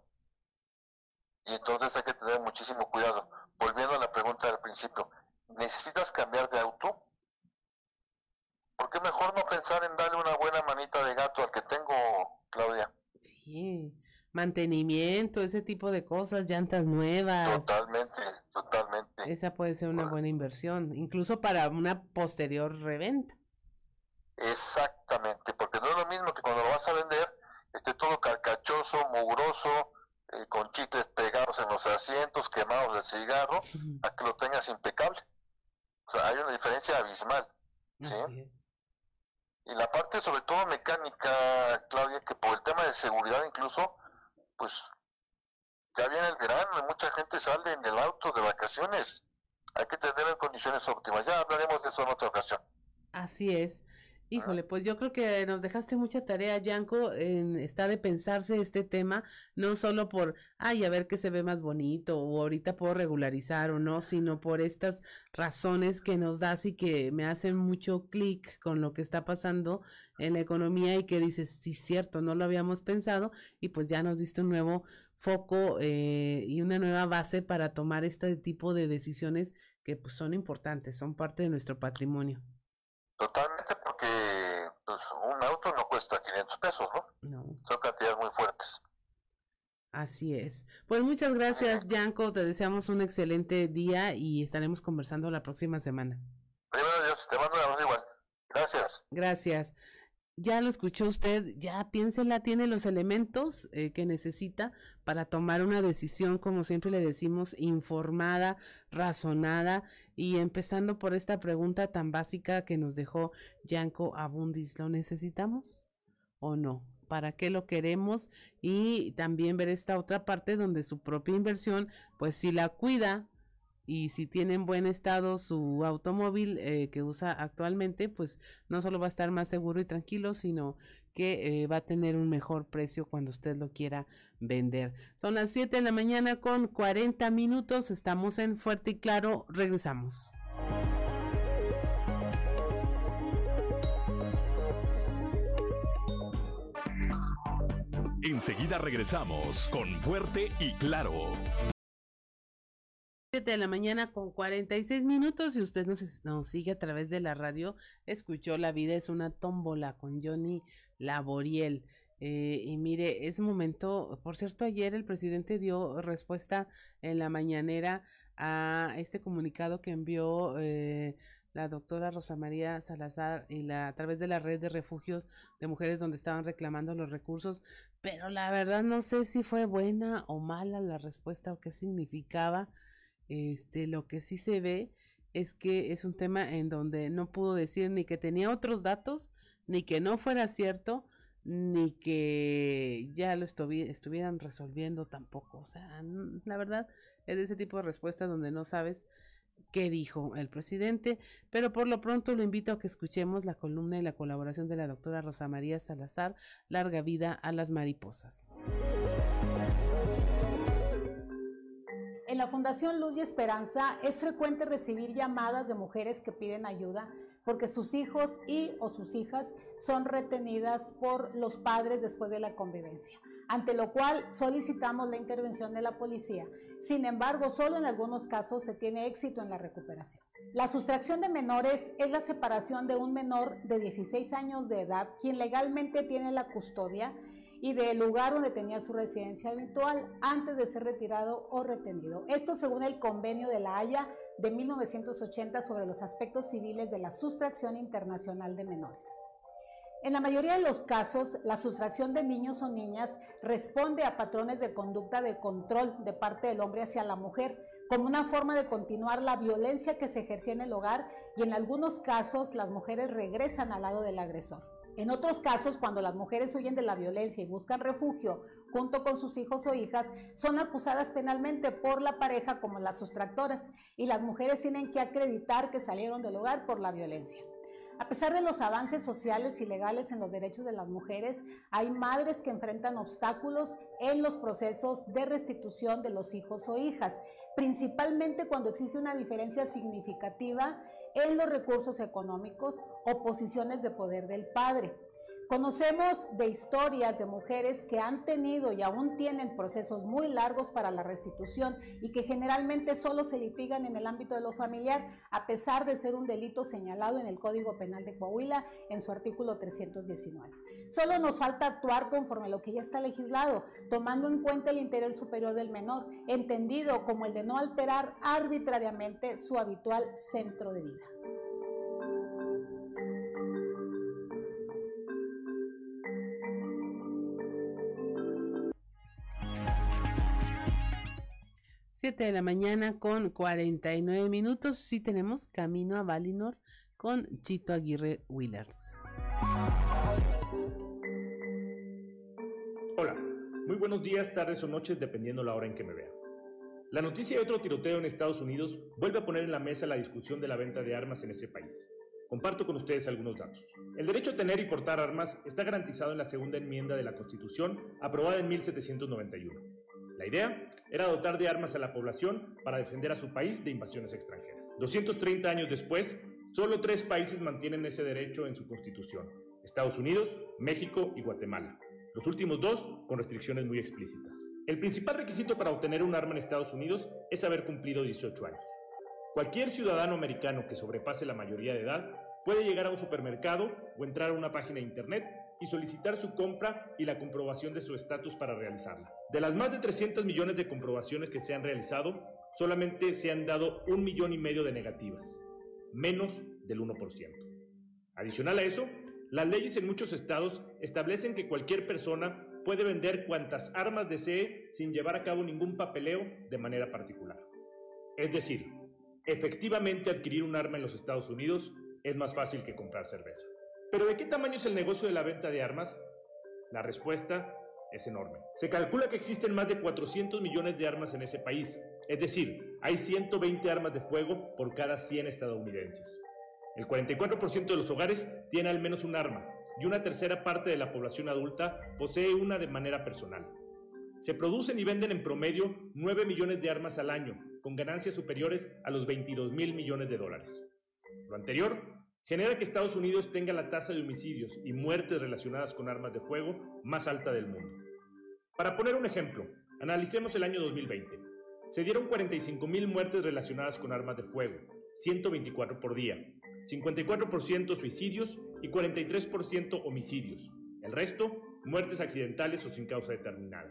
Y entonces hay que tener muchísimo cuidado. Volviendo a la pregunta del principio, ¿necesitas cambiar de auto? ¿Por qué mejor no pensar en darle una buena manita de gato al que tengo, Claudia? Sí, mantenimiento, ese tipo de cosas, llantas nuevas. Totalmente, totalmente. Esa puede ser una bueno. buena inversión, incluso para una posterior reventa. Exactamente, porque no es lo mismo que cuando lo vas a vender, esté todo carcachoso, mugroso, eh, con chicles pegados en los asientos, quemados del cigarro, uh-huh. a que lo tengas impecable. O sea, hay una diferencia abismal, ¿sí? Así y la parte sobre todo mecánica, Claudia, que por el tema de seguridad incluso, pues ya viene el verano y mucha gente sale en el auto de vacaciones. Hay que tenerlo en condiciones óptimas. Ya hablaremos de eso en otra ocasión. Así es. Híjole, pues yo creo que nos dejaste mucha tarea, Yanko, en, está de pensarse este tema, no solo por, ay, a ver qué se ve más bonito, o ahorita puedo regularizar o no, sino por estas razones que nos das y que me hacen mucho clic con lo que está pasando en la economía y que dices, sí, cierto, no lo habíamos pensado, y pues ya nos diste un nuevo foco eh, y una nueva base para tomar este tipo de decisiones que pues son importantes, son parte de nuestro patrimonio. Totalmente, porque pues, un auto no cuesta quinientos pesos, ¿no? No. Son cantidades muy fuertes. Así es. Pues muchas gracias, Yanko. Te deseamos un excelente día y estaremos conversando la próxima semana. Primero Dios, te mando un abrazo igual. Gracias. Gracias. Ya lo escuchó usted, ya piénsela, tiene los elementos eh, que necesita para tomar una decisión, como siempre le decimos, informada, razonada, y empezando por esta pregunta tan básica que nos dejó Yanko Abundis, ¿lo necesitamos o no? ¿Para qué lo queremos? Y también ver esta otra parte donde su propia inversión, pues si la cuida, y si tiene en buen estado su automóvil eh, que usa actualmente, pues no solo va a estar más seguro y tranquilo, sino que eh, va a tener un mejor precio cuando usted lo quiera vender. Son las siete de la mañana con cuarenta minutos, estamos en Fuerte y Claro, regresamos. Enseguida regresamos con Fuerte y Claro. De la mañana con cuarenta y seis minutos y usted nos, nos sigue a través de la radio, escuchó La Vida es una tómbola con Johnny Laboriel eh, y mire, es momento, por cierto, ayer el presidente dio respuesta en la mañanera a este comunicado que envió eh, la doctora Rosa María Salazar y la, a través de la red de refugios de mujeres donde estaban reclamando los recursos, pero la verdad no sé si fue buena o mala la respuesta o qué significaba. Este, lo que sí se ve es que es un tema en donde no pudo decir ni que tenía otros datos ni que no fuera cierto, ni que ya lo estuvi- estuvieran resolviendo tampoco. O sea, n- la verdad es de ese tipo de respuestas donde no sabes qué dijo el presidente, pero por lo pronto lo invito a que escuchemos la columna y la colaboración de la doctora Rosa María Salazar, Larga vida a las mariposas. En la Fundación Luz y Esperanza es frecuente recibir llamadas de mujeres que piden ayuda porque sus hijos y o sus hijas son retenidas por los padres después de la convivencia, ante lo cual solicitamos la intervención de la policía. Sin embargo, solo en algunos casos se tiene éxito en la recuperación. La sustracción de menores es la separación de un menor de dieciséis años de edad, quien legalmente tiene la custodia y del lugar donde tenía su residencia habitual antes de ser retirado o retenido. Esto según el Convenio de La Haya de mil novecientos ochenta sobre los aspectos civiles de la sustracción internacional de menores. En la mayoría de los casos, la sustracción de niños o niñas responde a patrones de conducta de control de parte del hombre hacia la mujer, como una forma de continuar la violencia que se ejercía en el hogar, y en algunos casos las mujeres regresan al lado del agresor. En otros casos, cuando las mujeres huyen de la violencia y buscan refugio junto con sus hijos o hijas, son acusadas penalmente por la pareja como las sustractoras, y las mujeres tienen que acreditar que salieron del hogar por la violencia. A pesar de los avances sociales y legales en los derechos de las mujeres, hay madres que enfrentan obstáculos en los procesos de restitución de los hijos o hijas, principalmente cuando existe una diferencia significativa en los recursos económicos o posiciones de poder del padre. Conocemos de historias de mujeres que han tenido y aún tienen procesos muy largos para la restitución y que generalmente solo se litigan en el ámbito de lo familiar, a pesar de ser un delito señalado en el Código Penal de Coahuila en su artículo trescientos diecinueve. Solo nos falta actuar conforme a lo que ya está legislado, tomando en cuenta el interés superior del menor, entendido como el de no alterar arbitrariamente su habitual centro de vida. siete de la mañana con cuarenta y nueve minutos. Sí tenemos Camino a Valinor con Chito Aguirre Willers. Hola, muy buenos días, tardes o noches, dependiendo la hora en que me vean. La noticia de otro tiroteo en Estados Unidos vuelve a poner en la mesa la discusión de la venta de armas en ese país. Comparto con ustedes algunos datos. El derecho a tener y portar armas está garantizado en la segunda enmienda de la Constitución, aprobada en mil setecientos noventa y uno. La idea era dotar de armas a la población para defender a su país de invasiones extranjeras. doscientos treinta años después, solo tres países mantienen ese derecho en su Constitución: Estados Unidos, México y Guatemala. Los últimos dos con restricciones muy explícitas. El principal requisito para obtener un arma en Estados Unidos es haber cumplido dieciocho años. Cualquier ciudadano americano que sobrepase la mayoría de edad puede llegar a un supermercado o entrar a una página de internet y solicitar su compra y la comprobación de su estatus para realizarla. De las más de trescientos millones de comprobaciones que se han realizado, solamente se han dado un millón y medio de negativas, menos del uno por ciento. Adicional a eso, las leyes en muchos estados establecen que cualquier persona puede vender cuantas armas desee sin llevar a cabo ningún papeleo de manera particular. Es decir, efectivamente adquirir un arma en los Estados Unidos es más fácil que comprar cerveza. ¿Pero de qué tamaño es el negocio de la venta de armas? La respuesta es enorme. Se calcula que existen más de cuatrocientos millones de armas en ese país, es decir, hay ciento veinte armas de fuego por cada cien estadounidenses. El cuarenta y cuatro por ciento de los hogares tiene al menos un arma y una tercera parte de la población adulta posee una de manera personal. Se producen y venden en promedio nueve millones de armas al año, con ganancias superiores a los veintidós mil millones de dólares. Lo anterior genera que Estados Unidos tenga la tasa de homicidios y muertes relacionadas con armas de fuego más alta del mundo. Para poner un ejemplo, analicemos el año dos mil veinte. Se dieron cuarenta y cinco mil muertes relacionadas con armas de fuego, ciento veinticuatro por día, cincuenta y cuatro por ciento suicidios y cuarenta y tres por ciento homicidios. El resto, muertes accidentales o sin causa determinada.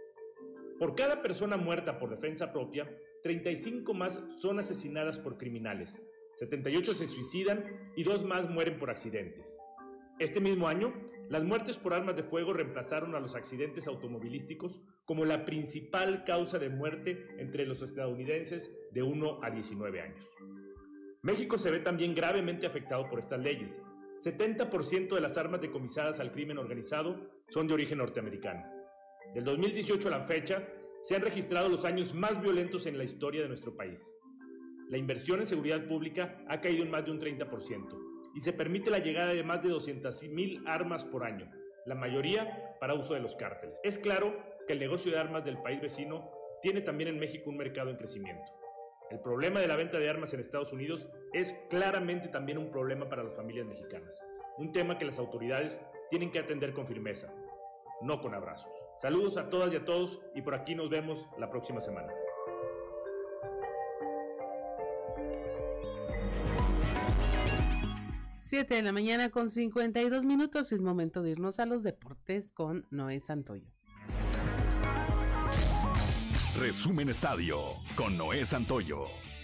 Por cada persona muerta por defensa propia, treinta y cinco más son asesinadas por criminales, setenta y ocho se suicidan y dos más mueren por accidentes. Este mismo año, las muertes por armas de fuego reemplazaron a los accidentes automovilísticos como la principal causa de muerte entre los estadounidenses de uno a diecinueve años. México se ve también gravemente afectado por estas leyes. setenta por ciento de las armas decomisadas al crimen organizado son de origen norteamericano. Del dos mil dieciocho a la fecha, se han registrado los años más violentos en la historia de nuestro país. La inversión en seguridad pública ha caído en más de un treinta por ciento y se permite la llegada de más de doscientas mil armas por año, la mayoría para uso de los cárteles. Es claro que el negocio de armas del país vecino tiene también en México un mercado en crecimiento. El problema de la venta de armas en Estados Unidos es claramente también un problema para las familias mexicanas, un tema que las autoridades tienen que atender con firmeza, no con abrazos. Saludos a todas y a todos y por aquí nos vemos la próxima semana. siete de la mañana con cincuenta y dos minutos, es momento de irnos a los deportes con Noé Santoyo. Resumen Estadio con Noé Santoyo.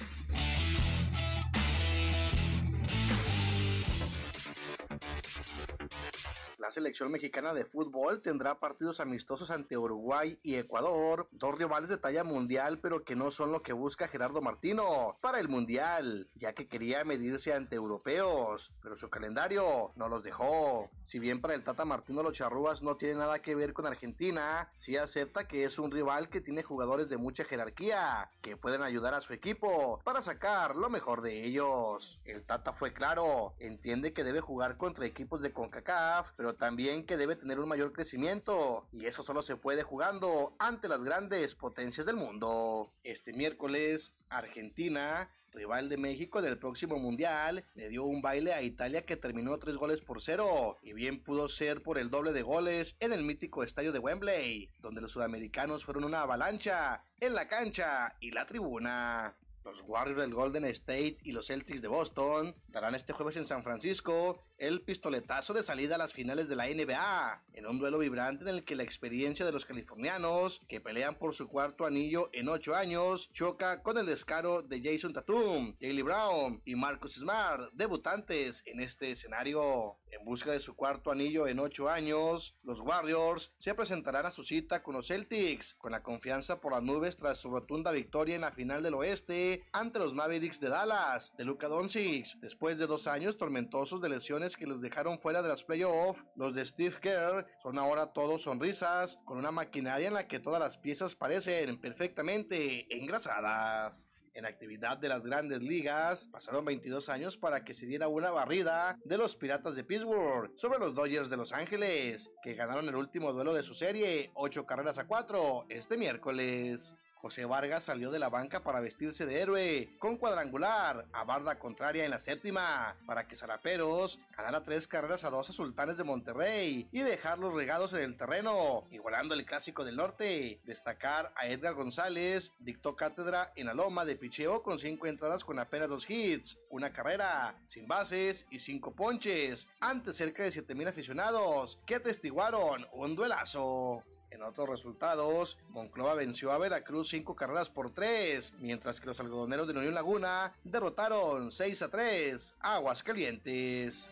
La selección mexicana de fútbol tendrá partidos amistosos ante Uruguay y Ecuador, dos rivales de talla mundial, pero que no son lo que busca Gerardo Martino para el mundial, ya que quería medirse ante europeos, pero su calendario no los dejó. Si bien para el Tata Martino los charrúas no tienen nada que ver con Argentina, sí acepta que es un rival que tiene jugadores de mucha jerarquía, que pueden ayudar a su equipo para sacar lo mejor de ellos. El Tata fue claro, entiende que debe jugar contra equipos de CONCACAF, pero también que debe tener un mayor crecimiento, y eso solo se puede jugando ante las grandes potencias del mundo. Este miércoles, Argentina, rival de México del próximo mundial, le dio un baile a Italia que terminó tres goles por cero, y bien pudo ser por el doble de goles en el mítico estadio de Wembley, donde los sudamericanos fueron una avalancha en la cancha y la tribuna. Los Warriors del Golden State y los Celtics de Boston darán este jueves en San Francisco el pistoletazo de salida a las finales de la N B A, en un duelo vibrante en el que la experiencia de los californianos, que pelean por su cuarto anillo en ocho años, choca con el descaro de Jason Tatum, Jaylen Brown y Marcus Smart, debutantes en este escenario. En busca de su cuarto anillo en ocho años, los Warriors se presentarán a su cita con los Celtics, con la confianza por las nubes tras su rotunda victoria en la final del oeste ante los Mavericks de Dallas, de Luka Doncic. Después de dos años tormentosos de lesiones que los dejaron fuera de los playoffs, los de Steve Kerr son ahora todos sonrisas, con una maquinaria en la que todas las piezas parecen perfectamente engrasadas. En actividad de las grandes ligas, pasaron veintidós años para que se diera una barrida de los Piratas de Pittsburgh sobre los Dodgers de Los Ángeles, que ganaron el último duelo de su serie, ocho carreras a cuatro, este miércoles. José Vargas salió de la banca para vestirse de héroe, con cuadrangular a barda contraria en la séptima, para que Zaraperos ganara tres carreras a dos a Sultanes de Monterrey y dejarlos regados en el terreno, igualando el Clásico del Norte. Destacar a Edgar González, dictó cátedra en la loma de picheo con cinco entradas con apenas dos hits, una carrera, sin bases y cinco ponches, ante cerca de siete mil aficionados que atestiguaron un duelazo. En otros resultados, Monclova venció a Veracruz cinco carreras por tres, mientras que los algodoneros de Unión Laguna derrotaron seis a tres a Aguascalientes.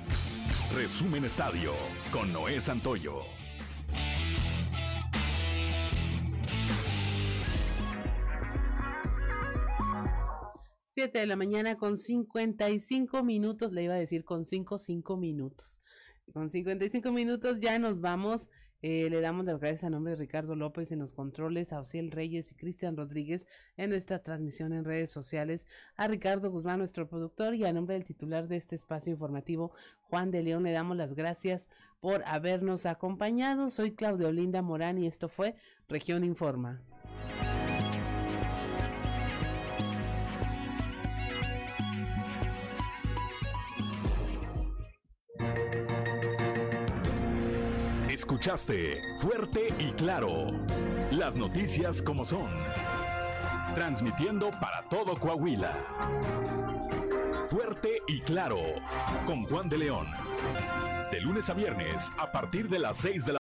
Resumen Estadio con Noé Santoyo. siete de la mañana con cincuenta y cinco minutos, le iba a decir con cinco, cinco minutos. Con cincuenta y cinco minutos ya nos vamos. Eh, le damos las gracias a nombre de Ricardo López en los controles, a Ociel Reyes y Cristian Rodríguez en nuestra transmisión en redes sociales, a Ricardo Guzmán, nuestro productor, y a nombre del titular de este espacio informativo, Juan de León, le damos las gracias por habernos acompañado. Soy Claudia Olinda Morán y esto fue Región Informa. Escuchaste Fuerte y Claro, las noticias como son, transmitiendo para todo Coahuila. Fuerte y Claro, con Juan de León, de lunes a viernes a partir de las seis de la